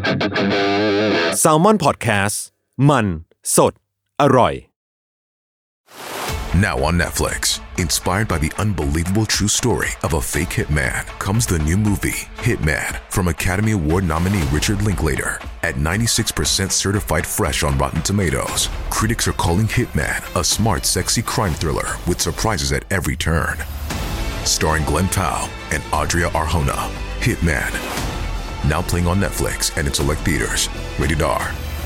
Salmon Podcast มันสดอร่อย Now on Netflix, inspired by the unbelievable true story of a fake hitman, comes the new movie, Hitman, from Academy Award nominee Richard Linklater. At 96% certified fresh on Rotten Tomatoes, critics are calling Hitman a smart, sexy crime thriller with surprises at every turn. Starring Glenn Powell and Adria Arjona, Hitman. Now playing on Netflix and in select theaters. Rated R.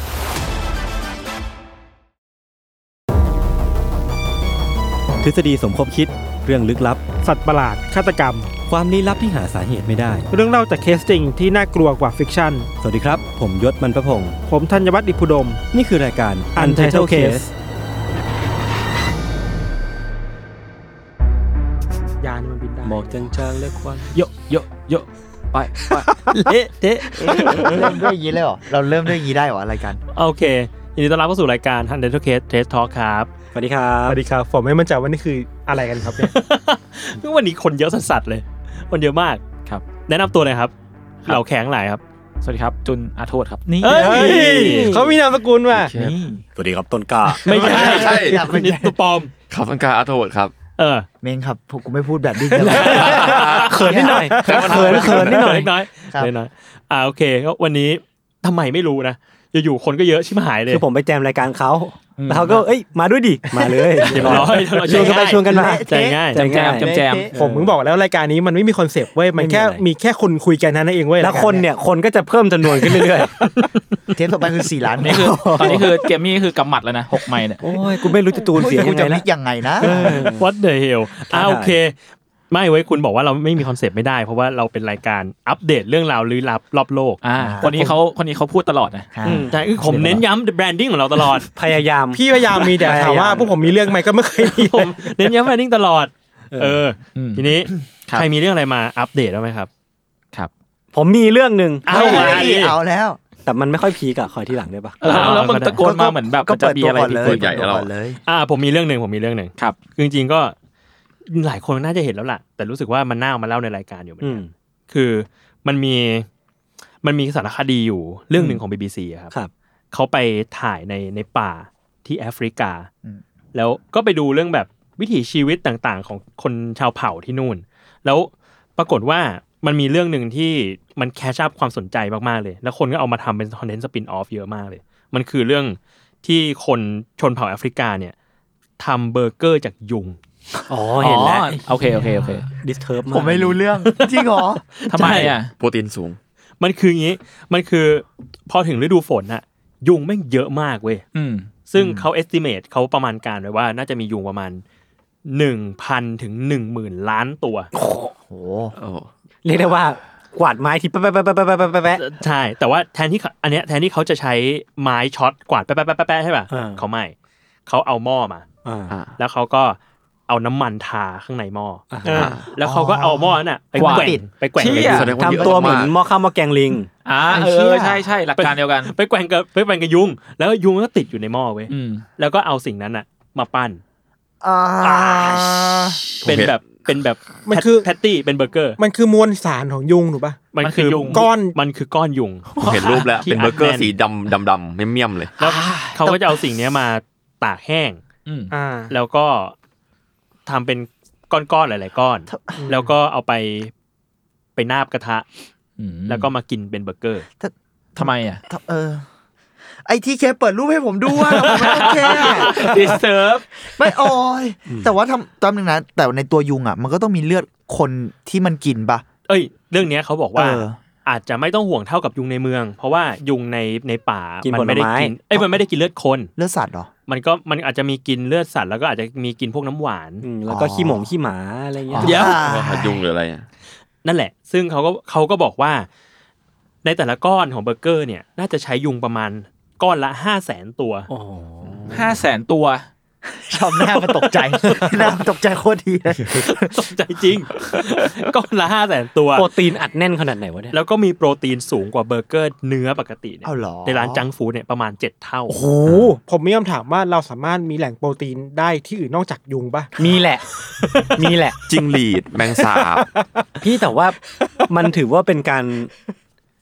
ทฤษฎีสมคบคิดเรื่องลึกลับสัตว์ประหลาดฆาตกรรมความลี้ลับที่หาสาเหตุไม่ได้เรื่องเล่าจากเคสจริงที่น่ากลัวกว่าฟิกชั่นสวัสดีครับผมยศมันประพงษ์ผมธัญวัฒน์อิพุดมนี่คือรายการ Untitled Case ยานมันบินได้หมอกจางๆและควันโยไปเละเทะเริ่มด้วยยี้เลยเหรอเราเริ่มด้วยยี้ได้เหรอรายการโอเคยินดีต้อนรับเข้าสู่รายการ Untitled Case Trace Talk ครับสวัสดีครับสวัสดีครับผมไม่มั่นใจว่านี่คืออะไรกันครับเนี่ยวันนี้คนเยอะสัสๆเลยคนเยอะมากครับแนะนำตัวหน่อยครับเหล่าแข็งหลายครับสวัสดีครับจุนอาโทษครับนี่เขามีนามสกุลว่ะสวัสดีครับต้นกล้าไม่ใช่นี่ตัวปลอมครับต้นกล้าอาโทษครับเมงครับผมไม่พูดแบบนี้กันเลยเขินนิดหน่อยเขินนิดหน่อยเล็กน้อยโอเคก็วันนี้ทำไมไม่รู้นะอยู่ๆคนก็เยอะชิบหายเลยคือผมไปแจมรายการเขาแล้วเขาก็มาด้วยดิมาเลยเรียบร้อยชวนกันมาใจง่ายแจมผมมึงบอกแล้วรายการนี้มันไม่มีคอนเซปต์เว้ยมันแค่มีแค่คนคุยกันนั่นเองเว้ยแล้วคนก็จะเพิ่มจำนวนขึ้นเรื่อยๆเทปต่อไปคือ4ล้านนี่คือตอนนี้คือเกมมี่คือกำหมัดแล้วนะ6ไมค์เนี่ยโอ้ยกูไม่รู้จะจูนเสียยังไงนะ What the hell โอเคไม่เว้ยคุณบอกว่าเราไม่มีคอนเซปต์ไม่ได้เพราะว่าเราเป็นรายการอัปเดตเรื่องราวลี้ลับรอบโลกคนนี้เขาพูดตลอดนะใช่คือผมเน้นย้ำแบรนดิ้งของเราตลอดพยายามมีแต่ถามว่าพวกผมมีเรื่องไหมก็ไม่เคยมีผมเน้นย้ำแบรนดิ้งตลอดทีนี้ใครมีเรื่องอะไรมาอัปเดตได้ไหมครับครับผมมีเรื่องนึงเอาแล้วแต่มันไม่ค่อยพีกอะคอยที่หลังได้ปะแล้วมึงตะโกนมาเหมือนแบบจะมีอะไรผิดตัวใหญ่เราผมมีเรื่องนึงครับจริงๆก็หลายคนน่าจะเห็นแล้วล่ะแต่รู้สึกว่ามันน่าเอามาเล่าในรายการอยู่เหมือนกันคือมันมีสารคดีอยู่เรื่องนึงของ BBC อ่ะครับเขาไปถ่ายในป่าที่แอฟริกาแล้วก็ไปดูเรื่องแบบวิถีชีวิตต่างๆของคนชาวเผ่าที่นู่นแล้วปรากฏว่ามันมีเรื่องนึงที่มันแคชอัพความสนใจมากๆเลยแล้วคนก็เอามาทำเป็นคอนเทนต์สปินออฟเยอะมากเลยมันคือเรื่องที่คนชนเผ่าแอฟริกาเนี่ยทำเบอร์เกอร์จากยุงเห็นแล้วโอเคดิสเทิร์บผมไม่รู้เรื่องจริงเหรอทำไมอ่ะโปรตีนสูงมันคืออย่างงี้มันคือพอถึงฤดูฝนน่ะยุงแม่งเยอะมากเว้ยซึ่งเขา estimate เขาประมาณการไว้ว่าน่าจะมียุงประมาณ 1,000 ถึง 10,000 ล้านตัวโอ้โหเรียกได้ว่ากวาดไม้ที่แป๊ะใช่แต่ว่าแทนที่เขาจะใช้ไม้ช็อตกวาดแป๊ะใช่ป่ะเขาไม่เขาเอาหม้อมาแล้วเขาก็เอาน้ำมันทาข้างในหม้อแล้วเขาก็เอาหม้อนั่นน่ะไปแกว่งทำตัวเหมือนหม้อข้าวหม้อแกงลิงใช่หลักการเดียวกันไปแกว่งกับยุงแล้วยุงก็ติดอยู่ในหม้อเว้ยแล้วก็เอาสิ่งนั้นน่ะมาปั้นเป็นแบบมันคือแพตตี้เป็นเบอร์เกอร์มันคือมวลสารของยุงถูกป่ะมันคือก้อนยุงเห็นรูปแล้วเป็นเบอร์เกอร์สีดำเมี่ยมๆเลยแล้วเขาก็จะเอาสิ่งนี้มาตากแห้งแล้วก็ทำเป็นก้อนๆหลายๆก้อนแล้วก็เอาไปนาบกระทะแล้วก็มากินเป็นเบอร์เกอร์ทำไมอ่ะไอ้ที่แค่เปิดรูปให้ผมดูว่าผมไม่โอเคดิสเทิร์บไม่โอ้ยแต่ว่าตอนนึงนะแต่ในตัวยุงอ่ะมันก็ต้องมีเลือดคนที่มันกินป่ะเรื่องนี้เขาบอกว่าอาจจะไม่ต้องห่วงเท่ากับยุงในเมืองเพราะว่ายุงในป่ามันไม่ได้กินมันไม่ได้กินเลือดคนเลือดสัตว์หรอมันอาจจะมีกินเลือดสัตว์แล้วก็อาจจะมีกินพวกน้ำหวานแล้วก็ขี้หหมาอะไรเงี้ยเยอะยุงหรืออะไรนั่นแหละซึ่งเขาก็บอกว่าในแต่ละก้อนของเบอร์เกอร์เนี่ยน่าจะใช้ยุงประมาณก้อนละ 500,000 ตัว 500,000 ตัวชอบหน้ามันตกใจโคตรทีตกใจจริงก้อนละ 500,000 ตัวโปรตีนอัดแน่นขนาดไหนวะเนี่ยแล้วก็มีโปรตีนสูงกว่าเบอร์เกอร์เนื้อปกติเนี่ยในร้านจังฟู้ดเนี่ยประมาณ7เท่าโอ้โหผมมีคำถามว่าเราสามารถมีแหล่งโปรตีนได้ที่อื่นนอกจากยุงป่ะมีแหละจิ้งหรีดแมงสาบพี่แต่ว่ามันถือว่าเป็นการ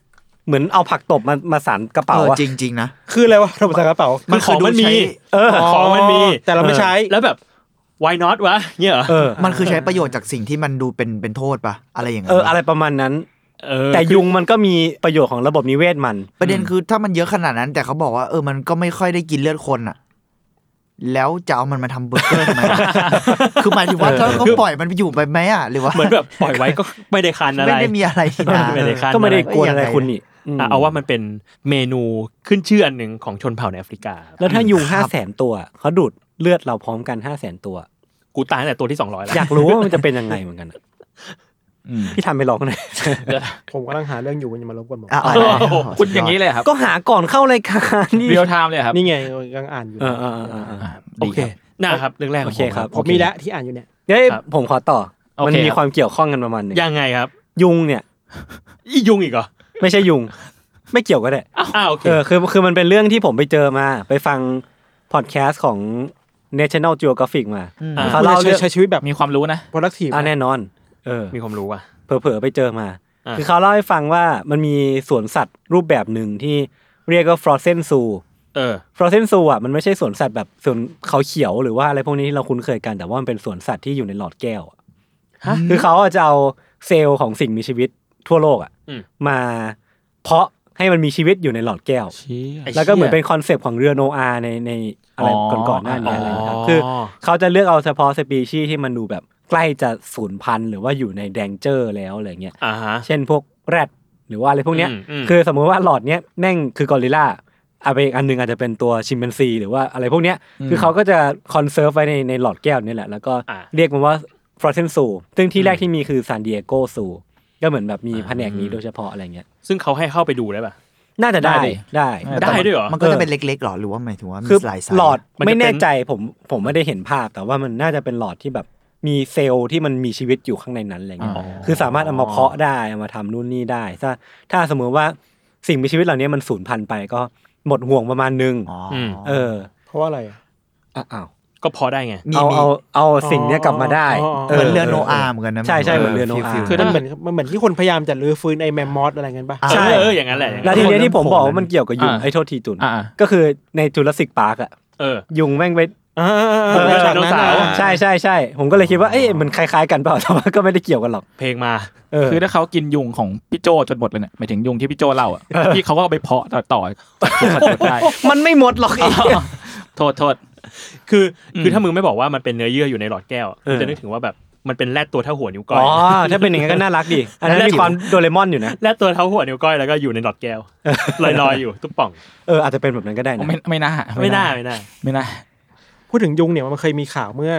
เหมือนเอาผักตบมาสานกระเป๋าอะจริงๆนะคืออะไรวะโทรศัพท์กระเป๋ามันของมันมี ของมันมีแต่เราไม่ใช้แล้วแบบ why not วะเนี่ยเหรอมันคือใช้ประโยชน์จากสิ่งที่มันดูเป็นโทษปะอะไรอย่างเงี้ยอะไรประมาณนั้นแต่แต่ยุงมันก็มีประโยชน์ของระบบนิเวศมันประเด็นคือถ้ามันเยอะขนาดนั้น แต่เขาบอกว่ามันก็ไม่ค่อยได้กินเลือดคนอ่ะแล้วจะเอามันมาทำเบอร์เกอร์ทำไม คือหมายถึงว่าถ้าเขาปล่อยมันไปอยู่ไปไหมอ่ะหรือว่าเหมือนแบบปล่อยไว้ก็ไม่ได้คันอะไรไม่ได้มีอะไรนะไม่ได้คันก็ไม่ได้กวนอะไรคุณนี่เอาว่ามันเป็นเมนูขึ้นชื่ออันหนึ่งของชนเผ่าในแอฟริกาแล้วถ้ายุง 500,000 ตัวเขาดูดเลือดเราพร้อมกัน 500,000 ตัวกูตายตั้งแต่ตัวที่200แล้วอยากรู้ว่ามันจะเป็นยังไงเหมือนกันอะพี่ทำไปลองหน่อยผมกำลังหาเรื่องอยู่อย่ามารบกวนผมคุณอย่างนี้เลยครับก็หาก่อนเข้ารายการนี่เรียลไทม์เลยครับนี่ไงกำลังอ่านอยู่โอเคนะครับเรื่องแรกโอเคครับผมมีแล้วที่อ่านอยู่เนี่ยเฮ้ยผมขอต่อ มันมีครับความเกี่ยวข้องกันประมาณนึงยังไงครับยุงเนี่ยอียุงอีกเหรอไม่ใช่ยุง ไม่เกี่ยวก็ได้โอเคคือมันเป็นเรื่องที่ผมไปเจอมาไปฟังพอดแคสต์ของ National Geographic มาเขาเล่าเรื่องใช้ชีวิตแบบมีความรู้นะ productive แน่นอนมีความรู้ว่ะเผลอๆไปเจอมา คือเขาเล่าให้ฟังว่ามันมีสวนสัตว์รูปแบบหนึ่งที่เรียกว่า Frozen Zoo Frozen Zoo อ่ะมันไม่ใช่สวนสัตว์แบบสวนเขาเขียวหรือว่าอะไรพวกนี้ที่เราคุ้นเคยกันแต่ว่ามันเป็นสวนสัตว์ที่อยู่ในหลอดแก้วคือเขาจะเอาเซลล์ของสิ่งมีชีวิตทั่วโลกอ่ะมาเพาะให้มันมีชีวิตอยู่ในหลอดแก้วแล้วก็เหมือนเป็นคอนเซปต์ของเรือโนอาห์ในอะไรก่อนหน้านี้อะไรนะครับคือเขาจะเลือกเอาเฉพาะสปีชีส์ที่มันดูแบบใกล้จะสูญพันธุ์หรือว่าอยู่ในแดงเจอร์แล้วอะไรเงี้ยเช่นพวกแรดหรือว่าอะไรพวกเนี้ยคือสมมติว่าหลอดเนี้ยแม่งคือกอริลลาเอาไปอีกอันนึงอาจจะเป็นตัวชิมแปนซีหรือว่าอะไรพวกเนี้ยคือเขาก็จะคอนเซิร์ฟไว้ในหลอดแก้วนี่แหละแล้วก็เรียกมันว่า Frozen Zoo ซึ่งที่แรกที่มีคือ San Diego Zoo ก็เหมือนแบบมีแผนกนี้โดยเฉพาะอะไรเงี้ยซึ่งเขาให้เข้าไปดูได้ป่ะน่าจะได้ด้วยเหรอมันก็จะเป็นเล็กๆหรอหรือว่าหมายถึงว่ามีหลายไซส์หลอดไม่แน่ใจผมไม่ได้เห็นภาพแต่ว่ามันน่าจะเป็นหลอดที่แบบมีเซลล์ที่มันมีชีวิตอยู่ข้างในนั้นอะไรเงี้ยคือสามารถเอามาเพาะได้เอามาทำนู่นนี่ได้ถ้าสมมติว่าสิ่งมีชีวิตเหล่านี้มันสูญพันธุ์ไปก็หมดห่วงประมาณนึงเพราะว่าอะไรอ้าวก็พอได้ไงเอาสิ่งนี้กลับมาได้เหมือนเรือโนอาห์เหมือนกันนะใช่เหมือนเรือโนอาห์คือมันเหมือนที่คนพยายามจะรื้อฟื้นไอ้แมมมอสอะไรเงี้ยป่ะใช่อย่างนั้นแหละแล้วทีนี้ที่ผมบอกว่ามันเกี่ยวกับยุงโทษทีตุนก็คือในจูราสสิคพาร์คอ่ะยุงแม่งไปไดโนเสาร์ใช่ผมก็เลยคิดว่าเอ๊ะมันคล้ายๆกันเปล่าแต่ว่าก็ไม่ได้เกี่ยวกันหรอกเพลงมาคือถ้าเขากินยุงของพี่โจจนหมดเลยเนี่ยหมายถึงยุงที่พี่โจเล่าอ่ะพี่เขาก็เอาไปเพาะต่อได้มันไม่หมดหรอกโทษคือถ้ามึงไม่บอกว่ามันเป็นเนื้อเยื่ออยู่ในหลอดแก้วจะนึกถึงว่าแบบมันเป็นแรดตัวเท่าหัวนิ้วก้อยถ้าเป็นอย่างนั้นก็น่ารักดีอันนั้นมีความโดเรมอนอยู่นะแรดตัวเท่าหัวนิ้วก้อยแล้วก็อยู่ในหลอดแก้วลอยๆอยู่ตุ๊บป่องอาจจะเป็นแบบนั้นก็ได้นะไม่น่าพูดถึงยุงเนี่ยมันเคยมีข่าวเมื่อ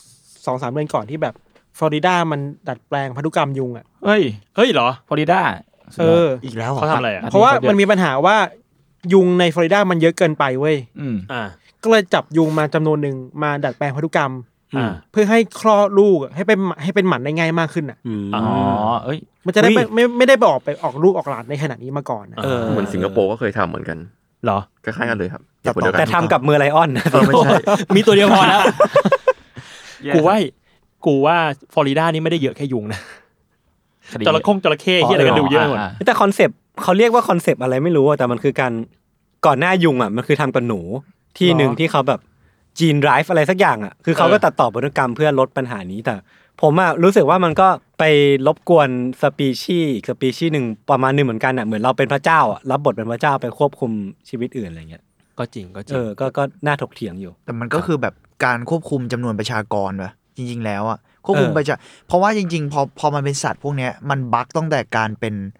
2-3 เดือนก่อนที่แบบฟลอริดามันดัดแปลงพันธุกรรมยุงอ่ะเฮ้ยเหรอฟลอริดาอีกแล้วเขาทำอะไรเพราะว่ามันมีปัญหาว่ายุงในฟลอริดามันเยอะเกินไปเว้ยก็เลยจับยุงมาจำนวนหนึ่งมาดัดแปลงพันธุกรรมเพื่อให้คลอดลูกให้เป็นหมันได้ง่ายมากขึ้นอ่ะมันจะได้ไม่ได้ไปออกลูกออกหลานในขนาดนี้มาก่อนเหมือนสิงคโปร์ก็เคยทำเหมือนกันเหรอคล้ายๆกันเลยครับแต่ทำกับเมอร์ไลออนไม่ใช่มีตัวเดียวพอแล้วกูว่าฟลอริดานี่ไม่ได้เยอะแค่ยุงนะจระเข้ที่อะไรกันดูเยอะหมดแต่คอนเซปต์เขาเรียกว่าคอนเซปต์อะไรไม่รู้แต่มันคือการก่อนหน้ายุงอ่ะมันคือทำกับหนูที่หนึ่งที่เขาแบบจีนไดรฟ์อะไรสักอย่างอ่ะคือเขาก็ตัดต่อพันธุกรรมเพื่อลดปัญหานี้แต่ผมอ่ะรู้สึกว่ามันก็ไปรบกวนสปีชีส์หนึ่งประมาณนึงเหมือนกันอ่ะเหมือนเราเป็นพระเจ้าอ่ะรับบทเป็นพระเจ้าไปควบคุมชีวิตอื่นอะไรเงี้ยก็จริงก็น่าถกเถียงอยู่แต่มันก็คือแบบการควบคุมจำนวนประชากรว่ะจริงๆแล้วอ่ะควบคุมเพราะว่าจริงๆพอมันเป็นสัตว์พวกเนี้ยมันบั๊กตั้งแต่การ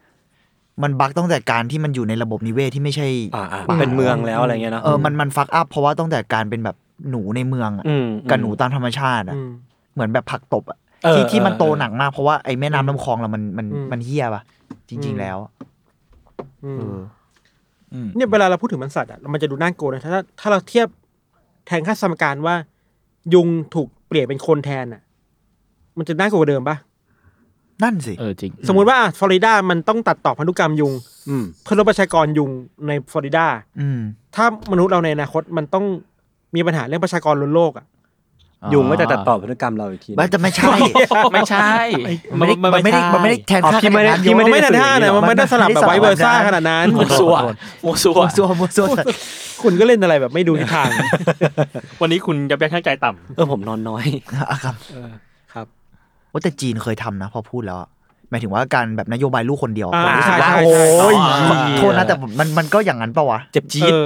ที่มันอยู่ในระบบนิเวศที่ไม่ใช่เป็นเมืองแล้วอะไรเงี้ยเนาะมันฟักอัพเพราะว่าตั้งแต่การเป็นแบบหนูในเมืองกับหนูตามธรรมชาติอ่ะเหมือนแบบผักตบอ่ะที่มันโตหนักมากเพราะว่าไอ้แม่น้ำลำคลองเรามันเหี้ยป่ะจริงๆแล้วเนี่ยเวลาเราพูดถึงมันสัตว์อ่ะมันจะดูน่ากลัวนะถ้าเราเทียบแทนค่าสมการว่ายุงถูกเปลี่ยนเป็นคนแทนอ่ะมันจะน่ากลัวกว่าเดิมป่ะนั่นสิจริงสมมุติว่าฟลอริดามันต้องตัดต่อพันธุกรรมยุงเพื่อลดประชากรยุงในฟลอริดาถ้ามนุษย์เราในอนาคตมันต้องมีปัญหาเรื่องประชากรล้นโลกอ่ะยุงก็จะตัดต่อพฤติกรรมเราอีกทีมันจะไม่ใช่ไม่ใช่มันไม่ได้แทนค่าพี่ไม่ได้ท่าเนี่ยมันไม่ได้สลับแบบไวเวอร์ซ่าขนาดนั้นมัวซัวคุณก็เล่นอะไรแบบไม่ดูทิศทางวันนี้คุณยับยั้งชั่งใจต่ำผมนอนน้อยครับครับว่าแต่จีนเคยทำนะพอพูดแล้วหมายถึงว่าการแบบนโยบายลูกคนเดียวใช่โอ้ยโทษนะแต่มันก็อย่างนั้นปะวะเจ็บจี๊ด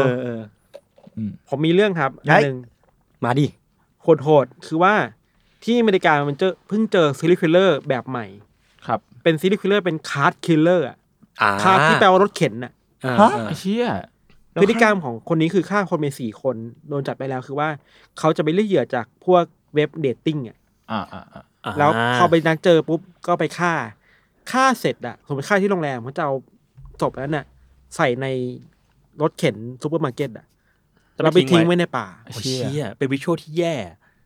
ผมมีเรื่องครับนึงมาดิโหดคือว่าที่อเมริกามันเพิ่งเจอซีรีส์คิลเลอร์แบบใหม่ครับเป็นซีรีส์คิลเลอร์เป็นคาร์ดคิลเลอร์คาร์ดที่แปลว่ารถเข็นน่ะเชี่ยพฤติกรรมของคนนี้คือฆ่าคนไป4 คนโดนจับไปแล้วคือว่าเขาจะไปเลือกเหยื่อจากพวกเว็บเดทติ้งแล้วพอไปนัดเจอปุ๊บก็ไปฆ่าเสร็จสมมติฆ่าที่โรงแรมเขาจะเอาศพนั้นน่ะใส่ในรถเข็นซูเปอร์มาร์เก็ตแล้วไปทิ้งไว้ในป่าเชี่ยเป็นวิชวลที่แย่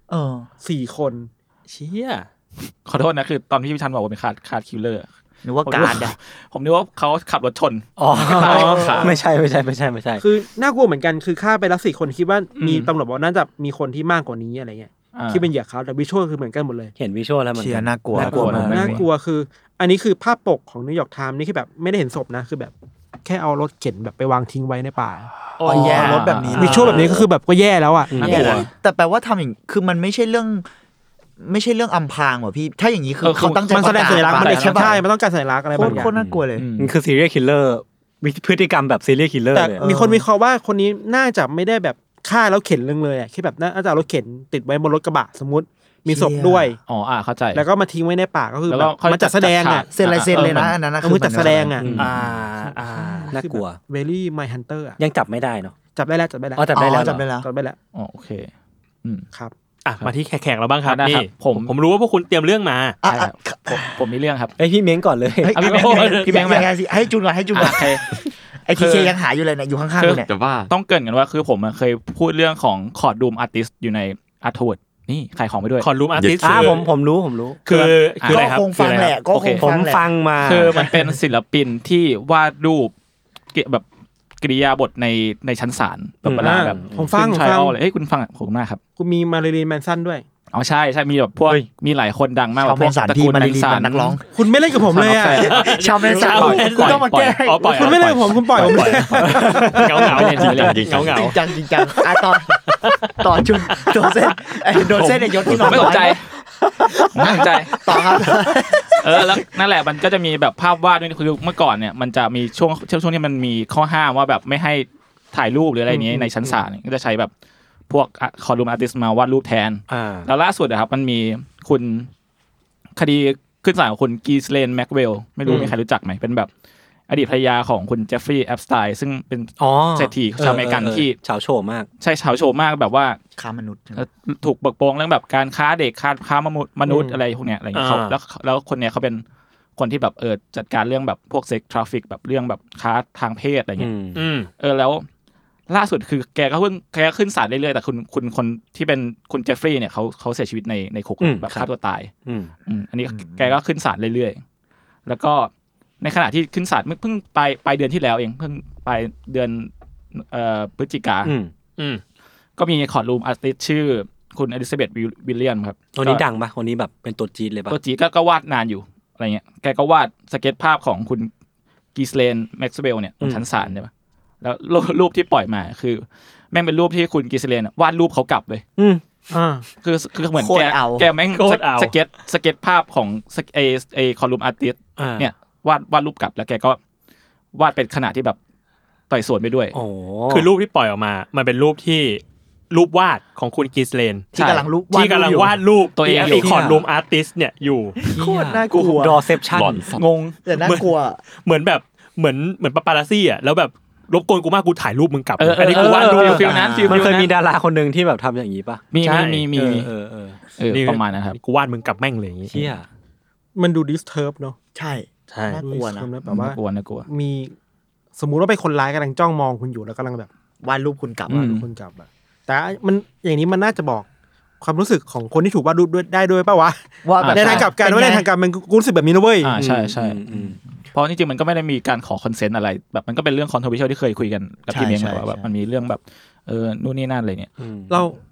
4 คนเชี่ยขอโทษนะคือตอนที่พี่ชันบอกว่าเป็นคาร์ดคิลเลอร์นึกว่าการผมนึกว่าเขาขับรถชนไม่ใช่คือน่ากลัวเหมือนกันคือฆ่าไปแล้ว4 คนคิดว่ามีตำรวจบอกน่าจะมีคนที่มากกว่านี้อะไรเงี้ยที่เป็นเหยื่อเขาแต่วิชวลคือเหมือนกันหมดเลยเห็นวิชวลแล้วมันเชี่ยน่ากลัวคืออันนี้คือภาพปกของนิวยอร์กไทม์นี่คือแบบไม่ได้เห็นศพนะคือแบบแค่เอารถเข็นแบบไปวางทิ้งไว้ในป่าแย่รถแบบนี้วิชวลแบบนี้ก็คือแบบก็แย่แล้วแต่แปลว่าทำอย่างคือมันไม่ใช่เรื่องอำพรางว่ะพี่ถ้าอย่างนี้คือเขาตั้งใจมันแสดงสัญลักษณ์มันใช่มันต้องการสัญลักษณ์อะไรบางอย่างโคตรน่ากลัวเลยมันคือซีเรียลคิลเลอร์พฤติกรรมแบบซีเรียลคิลเลอร์แต่มีคนวิเคราะห์ว่าคนนี้น่าจะไม่ได้แบบฆ่าแล้วเข็นเลยแค่แบบน่าจะเอารถเข็นติดไว้บนรถกระบะสมมติมีศพด้วยเข้าใจแล้วก็มาทิ้งไว้ในป่าก็คือแบบมันจัดแสดงเซ็นลายเซ็นเลยนะอันนั้นคือจัดแสดงน่ากลัว Very My Hunter ยังจับไม่ได้เนาะจับได้แล้วจับได้แล้วโอเคครับมาที่แขกเราบ้างครับนี่ผมรู้ว่าพวกคุณเตรียมเรื่องมาผมมีเรื่องครับพี่เม้งก่อนเลยพี่เม้งให้จูนก่อนไอทีเคยังหาอยู่เลยเนี่ยอยู่ข้างๆเลยเนี่ยแต่ว่าต้องเกริ่นกันว่าคือผมเคยพูดเรื่องของคอร์ดรูมอาร์ติสต์อยู่ในอาร์ทเวิร์ดนี่ขายของไปด้วยคอร์ดรูมอาร์ติสต์ผมรู้คืออะไรครับคงฟังแหละก็ผมฟังมาคือมันเป็นศิลปินที่วาดรูปแบบกริยาบทในชั้นศาลแบบเวลาแบบผมฟังเลยเฮ้ยคุณฟังผมมากครับคุณมีมาริลีนแมนสันด้วยใช่มีแบบพวกมีหลายคนดังมากแบบพวกตระกูลมาริลีนนักร้องคุณไม่เล่นกับผมเลยอ่ะชาวแมนสันคุณต้องมาแก้คุณไม่เล่นกับผมคุณปล่อยผมเลยเงาจริงจังต่อจุดโดนเส้นในยศที่น้องไม่สนใจต่อครับแล้วนั่นแหละมันก็จะมีแบบภาพวาดด้วยคือเมื่อก่อนเนี่ยมันจะมีช่วงที่มันมีข้อห้ามว่าแบบไม่ให้ถ่ายรูปหรืออะไรนี้ในชั้นศาลก็จะใช้แบบพวกคอร์ดรูมอาร์ติสต์มาวาดรูปแทนแล้วล่าสุดครับมันมีคุณคดีขึ้นศาลของคุณกีสเลนแม็กเวลไม่รู้มีใครรู้จักไหมเป็นแบบอดีตภรรยาของคุณเจฟฟรีย์แอปสไตน์ซึ่งเป็นเศรษฐีชาวอเมริกันที่เฉาโฉมมากใช่เฉาโฉมมากแบบว่าค้ามนุษย์ถูกเบิกโปงเรื่องแบบการค้าเด็กค้ามนุษย์อะไรพวกเนี้ยอะไรอย่างเงี้ยเขาแล้วคนเนี้ยเขาเป็นคนที่แบบจัดการเรื่องแบบพวกเซ็กทราฟิกแบบเรื่องแบบค้าทางเพศอะไรเงี้ยแล้วล่าสุดคือแกก็ขึ้นศาลเรื่อยๆแต่คุณคนที่เป็นคุณเจฟฟรีย์เนี่ยเขาเสียชีวิตในคุกแบบฆ่าตัวตายอันนี้แกก็ขึ้นศาลเรื่อยๆแล้วก็ในขณะที่ขึ้นศาลเพิ่งปลายเดือนที่แล้วเองเพิ่งปลายเดือนพฤศจิกาก็มีคอร์ดรูมอาร์ติสต์ชื่อคุณอลิซาเบธวิลเลียมครับคนนี้ดังปะคนนี้แบบเป็นตัวจี๊ดเลยปะตัวจี๊ดก็วาดนานอยู่อะไรเงี้ยแกก็วาดสเก็ตภาพของคุณกีสเลนแม็กซ์เวลเนี่ยบนชั้นศาลใช่ปะแล้วรูปที่ปล่อยมาคือแม่งเป็นรูปที่คุณกีสเลนวาดรูปเขากลับเลยคือเหมือนแกแม่งสเก็ตภาพของไอคอลัมน์อาร์ติสต์เนี่ยวาดรูปกลับแล้วแกก็วาดเป็นขนาดที่แบบต่อยสวนไปด้วยคือรูปที่ปล่อยออกมามันเป็นรูปที่รูปวาดของคุณกีสเลนที่กำลังวาดรูปตัวเองไอคอลัมน์อาร์ติสต์เนี่ยอยู่โคตรน่ากลัวดอเซปชั่นงงแต่น่ากลัวเหมือนปาปารัสซี่อ่ะแล้วแบบรบกวนกูมากกูถ่ายรูปมึงกลับอันนี้กูวาดรูปฟิลนั้นมันเคยมีดาราคนนึงที่แบบทำอย่างนี้ป่ะมีประมาณนั้นครับกูวาดมึงกลับแม่งเลยอย่างงี้เหี้ยมันดูดิสเทิร์บเนาะใช่น่ากลัวนะแบบว่าน่ากลัวมีสมมุติว่าเป็นคนร้ายกำลังจ้องมองคุณอยู่แล้วกำลังแบบวาดรูปคุณกลับแต่มันอย่างนี้มันน่าจะบอกความรู้สึกของคนที่ถูกวาดรูปด้วยได้ด้วยป่ะวะว่าในทางกลับกันว่าในทางกลับมันรู้สึกแบบนี้นะเว้ยใช่เพราะจริงๆมันก็ไม่ได้มีการขอคอนเซนต์อะไรแบบมันก็เป็นเรื่องคอนโทรเวอร์เชียลที่เคยคุยกันกับพี่เม้งว่าแบบมันมีเรื่องแบบนู่นนี่นั่นอะไรเงี้ยเรา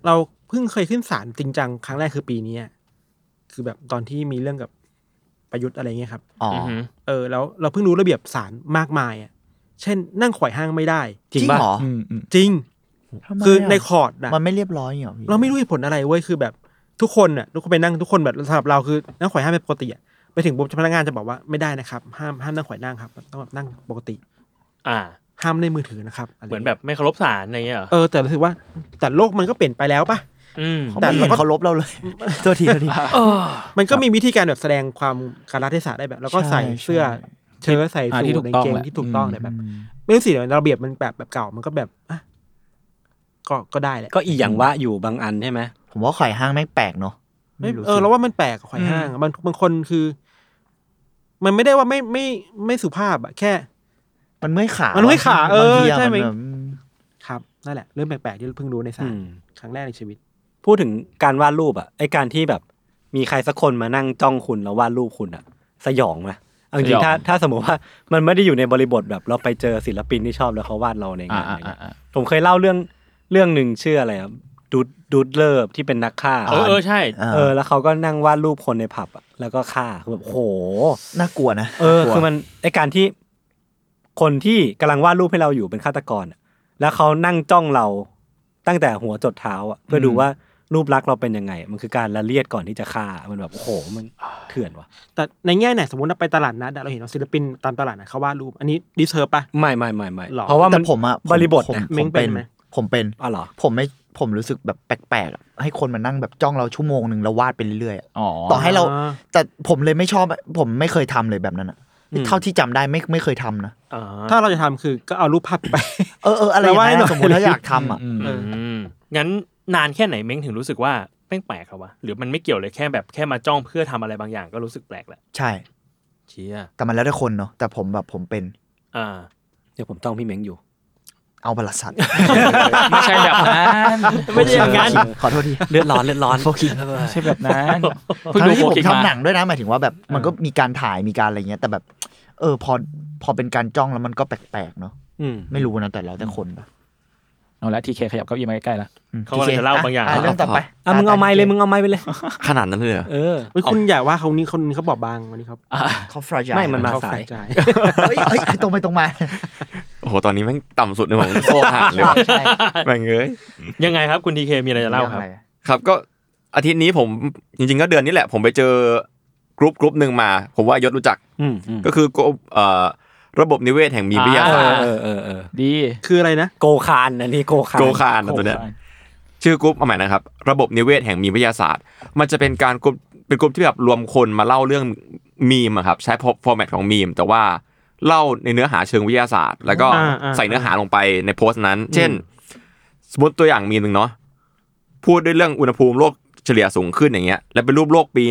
เพิ่งเคยขึ้นศาลจริงจังครั้งแรกคือปีนี้คือแบบตอนที่มีเรื่องกับประยุทธ์อะไรเงี้ยครับแล้วเราเพิ่งรู้ระเบียบศาลมากมายเช่นนั่งไขว่ห้างไม่ได้จริงเหรอจริงคือในคอร์ดนะมันไม่เรียบร้อยเหรอเราไม่รู้เหตุผลอะไรเว้ยคือแบบทุกคนไปนั่งทุกคนแบบสำหรับเราคือนั่งไขว่ห้างเป็นปกติไปถึงปุ๊บพนักงานจะบอกว่าไม่ได้นะครับห้ามนั่งไขว่นั่งครับต้องแบบนั่งปกติห้ามในมือถือนะครับเหมือนแบบไม่เคารพศาลอะไรเงี้ยแต่รู้สึกว่าแต่โลกมันก็เปลี่ยนไปแล้วป่ะแต่เราก็เคารพเราเลยตัวทีมันก็มีวิธีการแบบแสดงความการรัฐเทศะได้แบบแล้วก็ใส่เสื้อเชิ้ตใส่สูทในเกงที่ถูกต้องเนี่ยแบบไม่รู้สิระเบียบมันแบบเก่ามันก็แบบก็ได้แหละก็อีอย่างว่าอยู่บางอันใช่ไหมผมว่าไขว่ห้างไม่แปลกเนาะเราว่ามันแปลกไขว่ห้างบางคนคือมันไม่ได้ว่าไม่สุภาพแค่มันเมื่อยขาใช่ไหมครับนั่นแหละเรื่องแปลกๆที่เพิ่งรู้ในศาลครั้งแรกในชีวิตพูดถึงการวาดรูปไอ้การที่แบบมีใครสักคนมานั่งจ้องคุณแล้ววาดรูปคุณสยองไหมจริงๆถ้าสมมติว่ามันไม่ได้อยู่ในบริบทแบบเราไปเจอศิลปินที่ชอบแล้วเขาวาดเราในงานผมเคยเล่าเรื่องนึงชื่ออะไรดูดเลอร์ที่เป็นนักฆ่าใช่แล้วเขาก็นั่งวาดรูปคนในผับแล้วก็ฆ่าแบบโหน่ากลัวนะคือมันไอ้การที่คนที่กำลังวาดรูปให้เราอยู่เป็นฆาตกรแล้วเขานั่งจ้องเราตั้งแต่หัวจดเท้าเพื่อดูว่ารูปลักษณ์เราเป็นยังไงมันคือการละเลียดก่อนที่จะฆ่ามันแบบโอ้โหมันเถื่อนว่ะแต่ในแง่ไหนสมมติเราไปตลาดนัดเราเห็นศิลปินตามตลาดเขาวาดรูปอันนี้ดิเซอร์ป่ะไม่เพราะว่ามันบริบทผมเป็นเหรอผมรู้สึกแบบแปลกๆให้คนมานั่งแบบจ้องเราชั่วโมงนึงแล้ววาดไปเรื่อยๆต่อให้เราแต่ผมเลยไม่ชอบผมไม่เคยทำเลยแบบนั้นเท่าที่จำได้ไม่เคยทำนะถ้าเราจะทำคือก็เอารูปภาพไปอะไรอย่างนี้สมมติถ้าอยากทำงั้นนานแค่ไหนเม้งถึงรู้สึกว่าแปลกครับวะหรือมันไม่เกี่ยวเลยแค่มาจ้องเพื่อทำอะไรบางอย่างก็รู้สึกแปลกแหละใช่เชี่ยแต่มันแล้วแต่คนเนาะแต่ผมเป็นเดี๋ยวผมจ้องพี่เม้งอยู่เอาบลัดสัตว์ไม่ใช่แบบนั้นไม่ใช่อย่างนั้นขอโทษทีเลือดร้อนโฟกิใช่แบบนั้นเพิ่งดูผมทำหนังด้วยนะหมายถึงว่าแบบมันก็มีการถ่ายมีการอะไรเงี้ยแต่แบบพอเป็นการจ้องแล้วมันก็แปลกๆเนาะไม่รู้นะแต่แล้วแต่คนปะเอาละทีเคขยับเก้าอี้มาใกล้ๆแล้วเขาจะเล่าบางอย่างเรื่องต่อไปมึงเอาไม้ไปเลยขนาดนั้นเลยคุณอย่าว่าเขานี่คนเขาบอกบางวันนี้เขาฟรายไม่มันมาสายเฮ้ยตรงไปตรงมาโอ้โหตอนนี้แม่งต่ำสุดในผมโซ่ห่างเลยแม่งเอ้ยยังไงครับคุณทีเคมีอะไรจะเล่าครับก็อาทิตย์นี้ผมจริงๆก็เดือนนี้แหละผมไปเจอกรุ๊ปนึงมาผมว่ายศรู้จักก็คือระบบนิเวศแห่งมีวิทยาศาสตร์ดีคืออะไรนะโกคานอันนี้โกคานตัวเนี้ยชื่อกรุ๊ปเอาใหม่นะครับระบบนิเวศแห่งมีวิทยาศาสตร์มันจะเป็นการเป็นกรุ๊ปที่แบบรวมคนมาเล่าเรื่องมีมครับใช้ฟอร์แมตของมีมแต่ว่าเล่าในเนื้อหาเชิงวิทยาศาสตร์แล้วก็ใส่เนื้อหาลงไปในโพสต์นั้นเช่นสมมติตัวอย่างมีนึงเนาะพูดด้วยเรื่องอุณหภูมิโลกเฉลี่ยสูงขึ้นอย่างเงี้ยแล้วเป็นรูปโลกปี